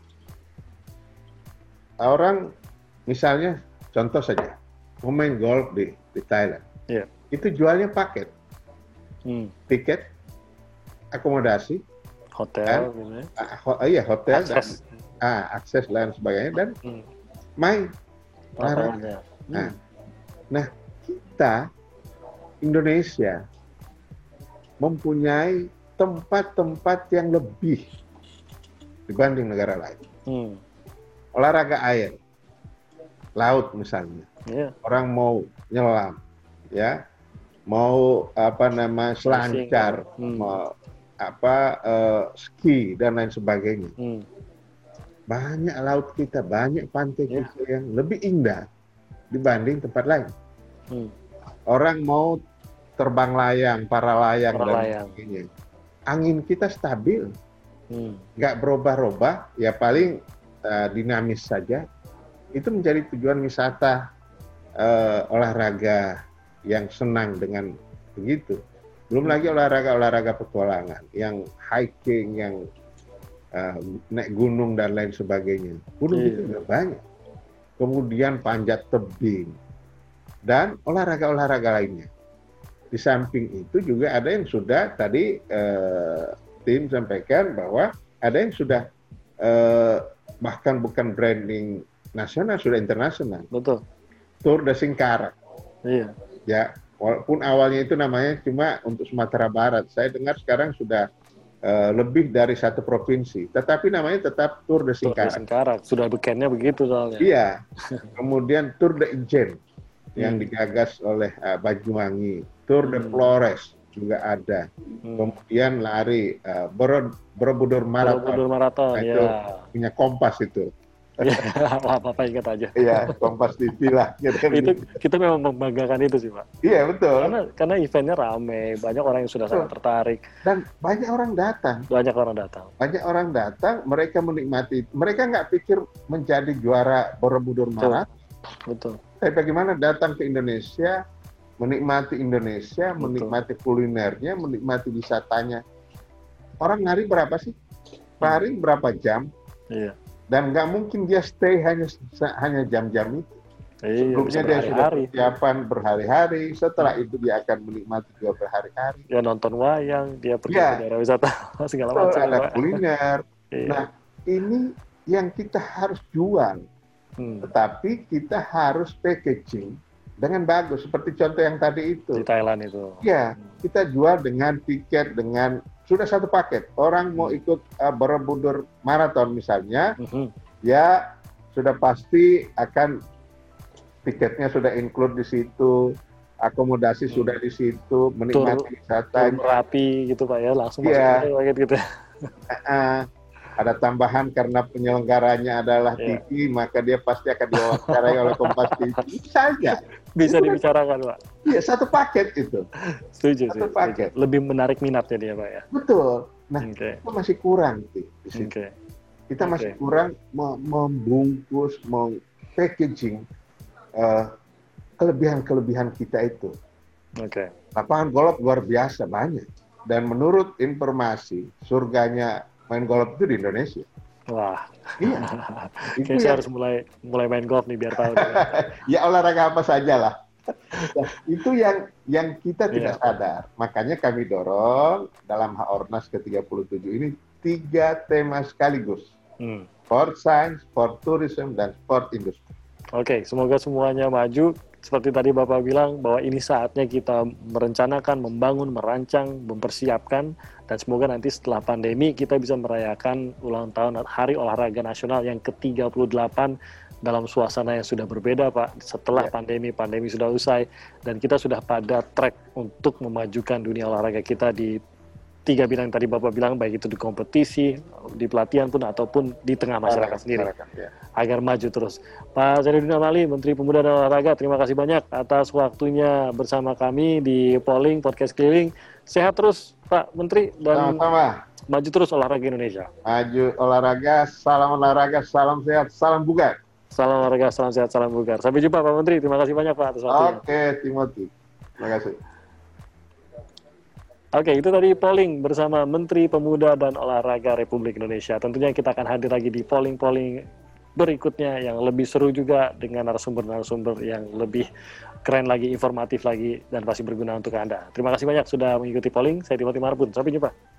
Orang misalnya contoh saja, pemain golf di di Thailand. Yeah. Itu jualnya paket, hmm. tiket, akomodasi, hotel, dan, uh, ho iya hotel, akses. Dan, uh, akses dan sebagainya, dan hmm. main olahraga. Hmm. Nah, nah kita Indonesia mempunyai tempat-tempat yang lebih dibanding negara lain. Hmm. Olahraga air, laut misalnya, yeah. orang mau nyelam, ya. Mau apa nama selancar, hmm. mau apa uh, ski dan lain sebagainya. Hmm. Banyak laut kita, banyak pantai yeah. kita yang lebih indah dibanding tempat lain. Hmm. Orang mau terbang layang, para layang para dan layang. sebagainya. Angin kita stabil, nggak hmm. berubah-ubah, ya paling uh, dinamis saja. Itu menjadi tujuan wisata uh, olahraga yang senang dengan begitu. Belum lagi olahraga-olahraga petualangan, yang hiking, yang uh, naik gunung dan lain sebagainya. Gunung yeah. itu juga banyak. Kemudian panjat tebing, dan olahraga-olahraga lainnya. Di samping itu juga ada yang sudah tadi eh, tim sampaikan bahwa ada yang sudah eh, bahkan bukan branding nasional, sudah internasional. Betul. Tour de Singkarak. Iya. Ya, walaupun awalnya itu namanya cuma untuk Sumatera Barat. Saya dengar sekarang sudah uh, lebih dari satu provinsi, tetapi namanya tetap Tour de Singkarak. Tour de Singkarak, sudah bekennya begitu soalnya. Iya. Kemudian Tour de Ijen yang Hmm. digagas oleh uh, Banyuwangi, Tour de Hmm. Flores juga ada. Hmm. Kemudian lari uh, Boro- Borobudur Marathon. Borobudur Marathon, Nah, ya. itu punya Kompas itu. Ya, apa-apa ingat aja. Iya, Kompas T V lah. Gitu. Itu kita memang membanggakan itu sih, Pak. Iya, betul. Karena karena eventnya rame, banyak orang yang sudah sangat tertarik, Dan banyak orang datang. banyak orang datang. Banyak orang datang, mereka menikmati. Mereka nggak pikir menjadi juara Borobudur Betul. Marathon. Betul. Tapi bagaimana datang ke Indonesia, menikmati Indonesia, Betul. menikmati kulinernya, menikmati wisatanya. Orang lari berapa sih? Lari berapa jam? Iya. Dan nggak mungkin dia stay hanya hanya jam-jam itu. Iya, bisa Sebelumnya dia sudah berhari-hari. persiapan berhari-hari, setelah itu dia akan menikmati juga berhari-hari. Ya nonton wayang, dia pergi Iya. ke daerah wisata segala Betul, macam. ada Pak. kuliner. Iya. Nah, ini yang kita harus jual. Hmm. Tetapi kita harus packaging dengan bagus. Seperti contoh yang tadi itu. Di Thailand itu. Ya, kita jual dengan tiket, dengan sudah satu paket. Orang mau ikut uh, Borobudur Marathon misalnya, Mhm. ya sudah pasti akan tiketnya sudah include di situ, akomodasi Hmm. sudah di situ, menikmati Tur wisata. Merapi gitu Pak ya, langsung Iya. masuk paket gitu. Uh, ada tambahan karena penyelenggaranya adalah Iya. T V, maka dia pasti akan diwawancarai oleh Kompas T V. Saja. Bisa Itu kan- dibicarakan Pak. Iya, satu paket itu. Setuju, Satu sih. paket. Lebih menarik minatnya dia Pak ya. Betul. Nah, Oke. kita masih kurang sih di situ. Oke. Kita masih Oke. kurang me- membungkus, meng-packaging eh, kelebihan-kelebihan kita itu. Oke. Lapangan golf luar biasa banyak. Dan menurut informasi, surganya main golf itu di Indonesia. Wah. Iya. Itu Kayaknya saya yang- harus mulai mulai main golf nih biar tahu. nih. ya olahraga apa saja lah. Nah, itu yang yang kita Iya. tidak sadar. Makanya kami dorong dalam H-Ornas ke tiga puluh tujuh ini tiga tema sekaligus. Hmm. Sport science, sport tourism, dan sport industry. Oke, semoga semuanya maju. Seperti tadi Bapak bilang bahwa ini saatnya kita merencanakan, membangun, merancang, mempersiapkan, dan semoga nanti setelah pandemi kita bisa merayakan ulang tahun Hari Olahraga Nasional yang ke tiga puluh delapan dalam suasana yang sudah berbeda, Pak. Setelah Ya. pandemi, pandemi sudah usai, dan kita sudah pada track untuk memajukan dunia olahraga kita di tiga bidang tadi Bapak bilang, baik itu di kompetisi, di pelatihan pun, ataupun di tengah masyarakat sendiri, Masyarakat, ya. agar maju terus. Pak Zainuddin Amali, Menteri Pemuda dan Olahraga, terima kasih banyak atas waktunya bersama kami di Polling Podcast Keliling. Sehat terus Pak Menteri, dan Sama-sama. maju terus olahraga Indonesia. Maju olahraga, salam olahraga, salam sehat, salam bugar. Salam olahraga, salam sehat, salam bugar. Sampai jumpa Pak Menteri, terima kasih banyak Pak atas waktunya. Oke, Timothy. Terima kasih. Oke, itu tadi polling bersama Menteri Pemuda dan Olahraga Republik Indonesia. Tentunya kita akan hadir lagi di polling-polling berikutnya yang lebih seru juga dengan narasumber-narasumber yang lebih keren lagi, informatif lagi, dan pasti berguna untuk Anda. Terima kasih banyak sudah mengikuti polling. Saya Timothy Marbun. Sampai jumpa.